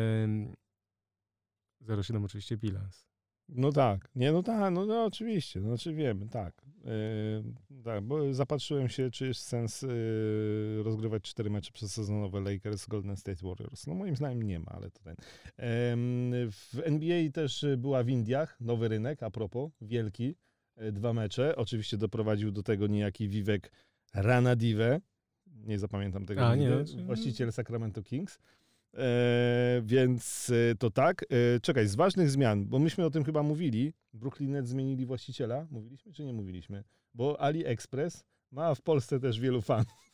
zero siedem oczywiście bilans. No tak, nie, no tak, no, no oczywiście, no, znaczy wiemy, tak. Yy, tak, bo zapatrzyłem się, czy jest sens yy, rozgrywać cztery mecze przedsezonowe Lakers Golden State Warriors. No moim zdaniem nie ma, ale to ten. Yy, w N B A też była w Indiach, nowy rynek, a propos, wielki. Dwa mecze. Oczywiście doprowadził do tego niejaki Vivek Ranadive. Nie zapamiętam tego. A, nie, właściciel Sacramento Kings. E, więc to tak. E, czekaj, z ważnych zmian, bo myśmy o tym chyba mówili. Brooklyn Nets zmienili właściciela. Mówiliśmy czy nie mówiliśmy? Bo AliExpress ma w Polsce też wielu fanów.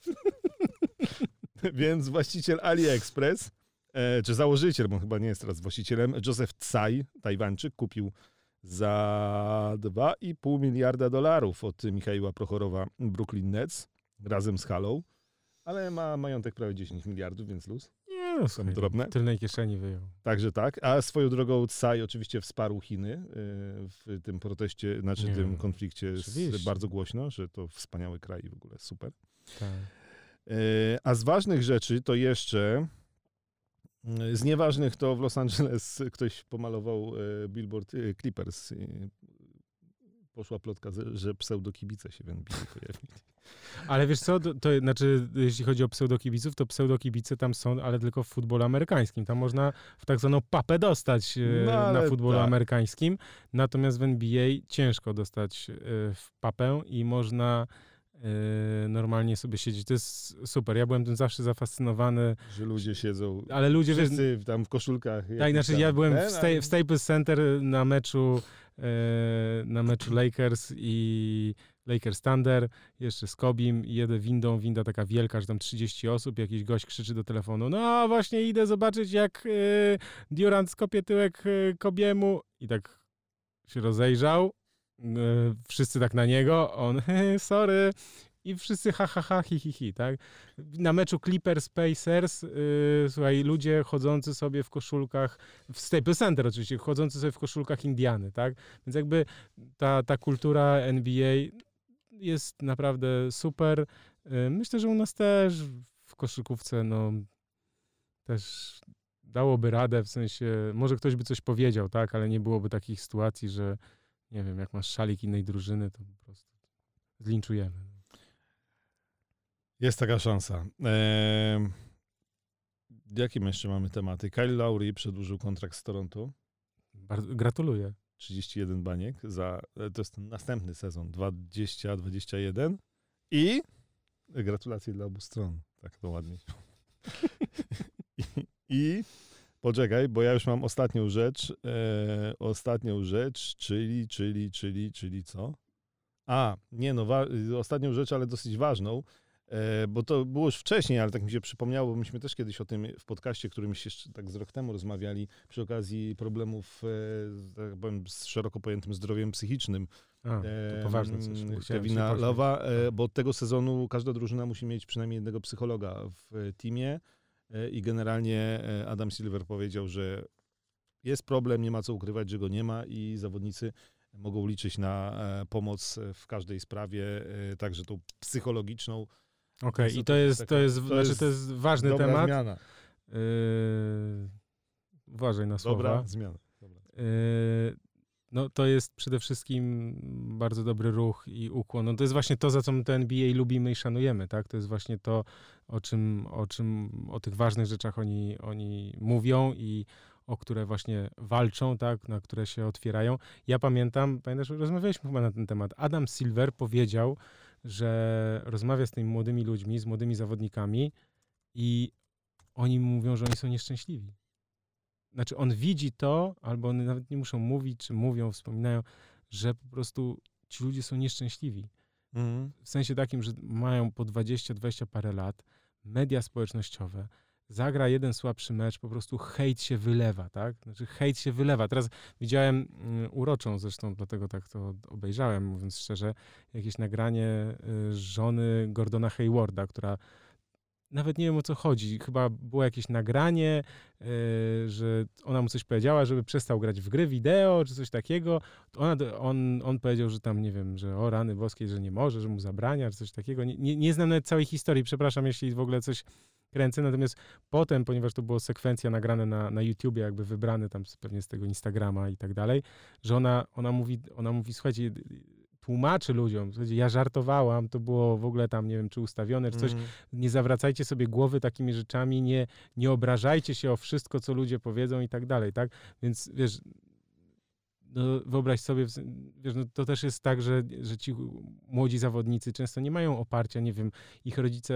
Więc właściciel AliExpress, e, czy założyciel, bo chyba nie jest teraz właścicielem, Joseph Tsai, Tajwańczyk, kupił za dwa i pół miliarda dolarów od Michaiła Prochorowa Brooklyn Nets razem z halą, ale ma majątek prawie dziesięć miliardów, więc luz. Nie, no, są drobne. W tylnej kieszeni wyjął. Także tak, a swoją drogą Tsai oczywiście wsparł Chiny w tym proteście, znaczy Nie, tym konflikcie jest bardzo głośno, że to wspaniały kraj i w ogóle super. Tak. A z ważnych rzeczy to jeszcze... Z nieważnych to w Los Angeles ktoś pomalował billboard Clippers. Poszła plotka, że pseudokibice się w N B A pojawili. Ale wiesz co, to, to znaczy, jeśli chodzi o pseudokibiców, to pseudokibice tam są, ale tylko w futbolu amerykańskim. Tam można w tak zwaną papę dostać e, no, na futbolu tak. amerykańskim, natomiast w N B A ciężko dostać e, w papę i można e, normalnie sobie siedzieć. To jest super. Ja byłem tym zawsze zafascynowany. Że ludzie siedzą, ale ludzie, wszyscy wiesz, tam w koszulkach. Tak, znaczy ja byłem w, sta- w Staples Center na meczu e, na meczu Lakers i Lakers Thunder, jeszcze z Kobim, jedę windą, winda taka wielka, że tam trzydzieści osób, jakiś gość krzyczy do telefonu, no właśnie idę zobaczyć, jak e, Durant skopie tyłek e, Kobiemu i tak się rozejrzał, e, wszyscy tak na niego, on sorry, i wszyscy ha, ha, ha, hi, hi, hi, tak? Na meczu Clippers Pacers, yy, słuchaj, ludzie chodzący sobie w koszulkach, w Staples Center oczywiście, chodzący sobie w koszulkach Indiany, tak? Więc jakby ta, ta kultura N B A jest naprawdę super. Yy, myślę, że u nas też w koszykówce, no, też dałoby radę, w sensie, może ktoś by coś powiedział, tak? Ale nie byłoby takich sytuacji, że nie wiem, jak masz szalik innej drużyny, to po prostu zlinczujemy. Jest taka szansa. Eee, jakie my jeszcze mamy tematy? Kyle Lowry przedłużył kontrakt z Toronto. Bardzo gratuluję. trzydzieści jeden baniek za, to jest ten następny sezon, dwadzieścia dwadzieścia jeden i gratulacje dla obu stron. Tak to ładnie. I, I poczekaj, bo ja już mam ostatnią rzecz, e, ostatnią rzecz, czyli, czyli, czyli, czyli co? A, nie no, wa- ostatnią rzecz, ale dosyć ważną, bo to było już wcześniej, ale tak mi się przypomniało, bo myśmy też kiedyś o tym w podcaście, którym się tak z rok temu rozmawiali, przy okazji problemów tak powiem, z szeroko pojętym zdrowiem psychicznym. A, to poważne coś. Kevina Love'a, bo od tego sezonu każda drużyna musi mieć przynajmniej jednego psychologa w teamie i generalnie Adam Silver powiedział, że jest problem, nie ma co ukrywać, że go nie ma i zawodnicy mogą liczyć na pomoc w każdej sprawie, także tą psychologiczną. Okej, okay, i to jest, taka, to, jest, to, znaczy, jest to jest ważny dobra temat. Zmiana. Yy, uważaj na słowa. Dobra zmiana. Dobra. Yy, no to jest przede wszystkim bardzo dobry ruch i ukłon. No to jest właśnie to, za co my to N B A lubimy i szanujemy, tak? To jest właśnie to, o czym, o czym, o tych ważnych rzeczach oni, oni mówią i o które właśnie walczą, tak? Na które się otwierają. Ja pamiętam, pamiętasz, rozmawialiśmy chyba na ten temat. Adam Silver powiedział, że rozmawia z tymi młodymi ludźmi, z młodymi zawodnikami i oni mówią, że oni są nieszczęśliwi. Znaczy on widzi to, albo oni nawet nie muszą mówić, czy mówią, wspominają, że po prostu ci ludzie są nieszczęśliwi. Mhm. W sensie takim, że mają po dwadzieścia, dwadzieścia parę lat, media społecznościowe, zagra jeden słabszy mecz, po prostu hejt się wylewa, tak? Znaczy hejt się wylewa. Teraz widziałem y, uroczą, zresztą dlatego tak to obejrzałem, mówiąc szczerze, jakieś nagranie y, żony Gordona Haywarda, która nawet nie wiem, o co chodzi. Chyba było jakieś nagranie, yy, że ona mu coś powiedziała, żeby przestał grać w gry wideo, czy coś takiego. Ona, on, on powiedział, że tam, nie wiem, że o rany boskie, że nie może, że mu zabrania, czy coś takiego. Nie, nie, nie znam nawet całej historii, przepraszam, jeśli w ogóle coś kręcę. Natomiast potem, ponieważ to było sekwencja nagrane na, na YouTubie, jakby wybrane tam pewnie z tego Instagrama i tak dalej, że ona, ona mówi, ona mówi, słuchajcie, tłumaczy ludziom, ja żartowałam, to było w ogóle tam, nie wiem, czy ustawione, czy coś, mm. nie zawracajcie sobie głowy takimi rzeczami, nie, nie obrażajcie się o wszystko, co ludzie powiedzą i tak dalej, tak? Więc, wiesz, no, wyobraź sobie, wiesz, no, to też jest tak, że, że ci młodzi zawodnicy często nie mają oparcia, nie wiem, ich rodzice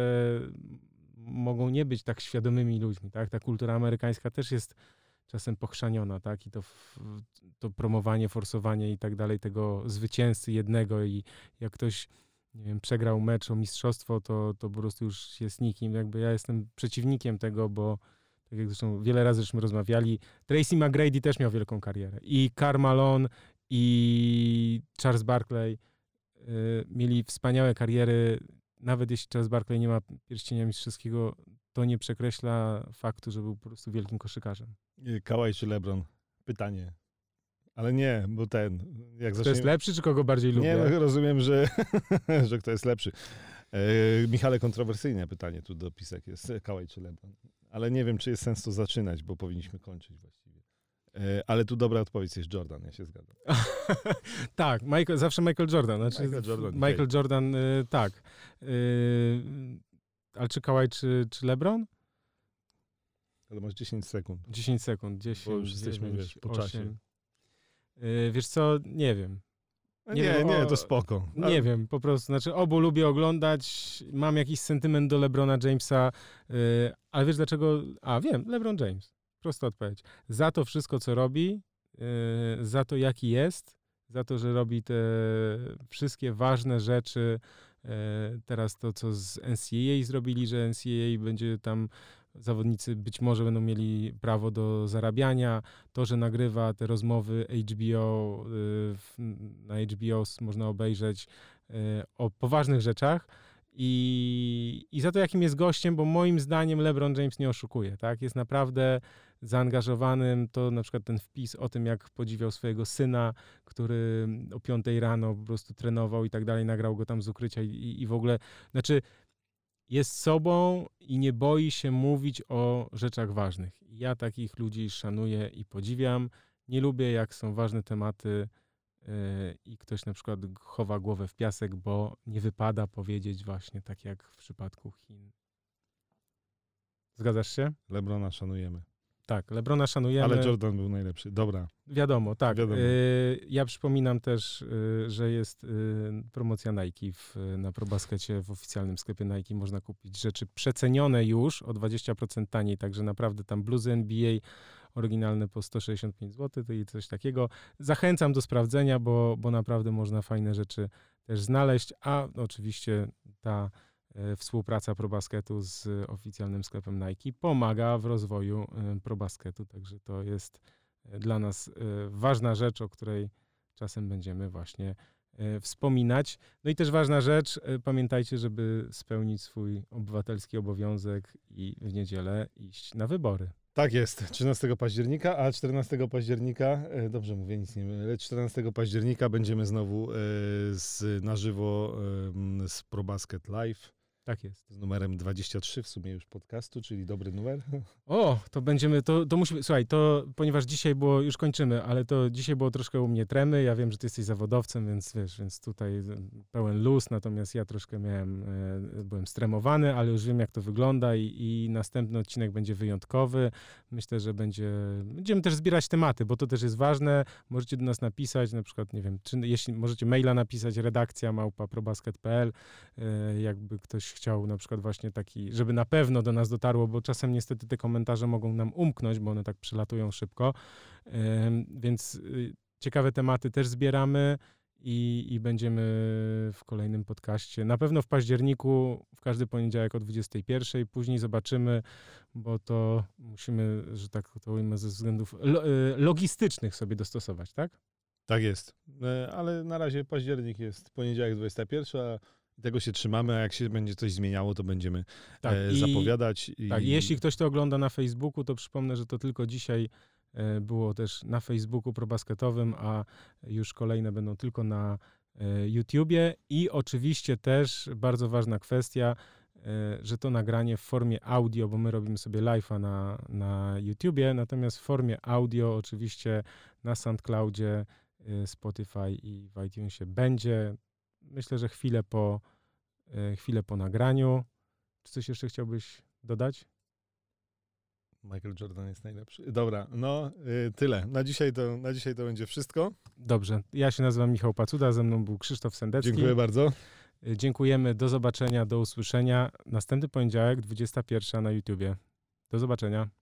mogą nie być tak świadomymi ludźmi, tak? Ta kultura amerykańska też jest czasem pochrzaniona, tak? I to, to promowanie, forsowanie i tak dalej tego zwycięzcy jednego i jak ktoś, nie wiem, przegrał mecz o mistrzostwo, to, to po prostu już jest nikim. Jakby ja jestem przeciwnikiem tego, bo tak jak zresztą wiele razy żeśmy rozmawiali, Tracy McGrady też miał wielką karierę. I Karl Malone, i Charles Barkley y, mieli wspaniałe kariery. Nawet jeśli Charles Barkley nie ma pierścienia mistrzowskiego, to nie przekreśla faktu, że był po prostu wielkim koszykarzem. Kawhi czy LeBron? Pytanie. Ale nie, bo ten... Jak kto zacznie... jest lepszy, czy kogo bardziej lubię? Nie, no, rozumiem, że, że kto jest lepszy. E, Michale, kontrowersyjne pytanie tu dopisek jest. Kawhi czy LeBron? Ale nie wiem, czy jest sens to zaczynać, bo powinniśmy kończyć właściwie. Ale tu dobra odpowiedź jest Jordan, ja się zgadzam. Tak, Michael, zawsze Michael Jordan. Znaczy, Michael Jordan, Michael okay. Jordan y, tak. Y, ale czy Kawhi, czy, czy LeBron? Ale masz dziesięć sekund. dziesięć sekund, dziesięć, bo już jesteśmy, dziewięć, wiesz, po osiem. czasie. Y, wiesz co, nie wiem. Nie, nie, wiem, nie o, to spoko. Nie ale... wiem, po prostu, znaczy obu lubię oglądać, mam jakiś sentyment do LeBrona Jamesa, yy, ale wiesz dlaczego? A, wiem, LeBron James. Prosta odpowiedź. Za to wszystko, co robi, yy, za to, jaki jest, za to, że robi te wszystkie ważne rzeczy, yy, teraz to, co z N C A A zrobili, że N C A A będzie tam, zawodnicy być może będą mieli prawo do zarabiania, to, że nagrywa te rozmowy H B O, yy, na H B O można obejrzeć yy, o poważnych rzeczach, I, i za to, jakim jest gościem, bo moim zdaniem LeBron James nie oszukuje, tak? Jest naprawdę zaangażowanym. To na przykład ten wpis o tym, jak podziwiał swojego syna, który o piątej rano po prostu trenował i tak dalej, nagrał go tam z ukrycia i, i w ogóle, znaczy jest sobą i nie boi się mówić o rzeczach ważnych. Ja takich ludzi szanuję i podziwiam. Nie lubię, jak są ważne tematy i ktoś na przykład chowa głowę w piasek, bo nie wypada powiedzieć właśnie tak jak w przypadku Chin. Zgadzasz się? LeBrona szanujemy. Tak, LeBrona szanujemy. Ale Jordan był najlepszy. Dobra. Wiadomo, tak. Wiadomo. Y, ja przypominam też, y, że jest y, promocja Nike w, na ProBaskecie w oficjalnym sklepie Nike. Można kupić rzeczy przecenione już o dwadzieścia procent taniej, także naprawdę tam bluzy N B A oryginalne po sto sześćdziesiąt pięć złotych i coś takiego. Zachęcam do sprawdzenia, bo, bo naprawdę można fajne rzeczy też znaleźć, a oczywiście ta y, współpraca ProBasketu z oficjalnym sklepem Nike pomaga w rozwoju y, ProBasketu, także to jest y, dla nas y, ważna rzecz, o której czasem będziemy właśnie y, wspominać. No i też ważna rzecz, y, pamiętajcie, żeby spełnić swój obywatelski obowiązek i w niedzielę iść na wybory. Tak jest, trzynastego października, a czternastego października, dobrze mówię, nic nie mylę, czternastego października będziemy znowu z, na żywo z ProBasket Live. Tak jest. Z numerem dwadzieścia trzy w sumie już podcastu, czyli dobry numer. O, to będziemy, to, to musimy, słuchaj, to ponieważ dzisiaj było, już kończymy, ale to dzisiaj było troszkę u mnie tremy, ja wiem, że ty jesteś zawodowcem, więc wiesz, więc tutaj pełen luz, natomiast ja troszkę miałem, byłem stremowany, ale już wiem, jak to wygląda i, i następny odcinek będzie wyjątkowy. Myślę, że będzie, będziemy też zbierać tematy, bo to też jest ważne. Możecie do nas napisać, na przykład, nie wiem, czy jeśli możecie maila napisać, redakcja małpa probasket kropka p l, jakby ktoś chciał na przykład właśnie taki, żeby na pewno do nas dotarło, bo czasem niestety te komentarze mogą nam umknąć, bo one tak przelatują szybko, więc ciekawe tematy też zbieramy i, i będziemy w kolejnym podcaście. Na pewno w październiku, w każdy poniedziałek o dwudziestej pierwszej, później zobaczymy, bo to musimy, że tak to ujmę, ze względów logistycznych sobie dostosować, tak? Tak jest, ale na razie październik jest poniedziałek dwudziesta pierwsza, tego się trzymamy, a jak się będzie coś zmieniało, to będziemy tak, e, i, zapowiadać. I... Tak, jeśli ktoś to ogląda na Facebooku, to przypomnę, że to tylko dzisiaj e, było też na Facebooku probasketowym, a już kolejne będą tylko na e, YouTubie i oczywiście też bardzo ważna kwestia, e, że to nagranie w formie audio, bo my robimy sobie live'a na, na YouTubie, natomiast w formie audio oczywiście na SoundCloudzie, e, Spotify i w iTunesie będzie. Myślę, że chwilę po, chwilę po nagraniu. Czy coś jeszcze chciałbyś dodać? Michael Jordan jest najlepszy. Dobra, no y, tyle. Na dzisiaj, to, na dzisiaj to będzie wszystko. Dobrze. Ja się nazywam Michał Pacuda, ze mną był Krzysztof Sendecki. Dziękuję bardzo. Dziękujemy, do zobaczenia, do usłyszenia. Następny poniedziałek, dwudziesta pierwsza na YouTubie. Do zobaczenia.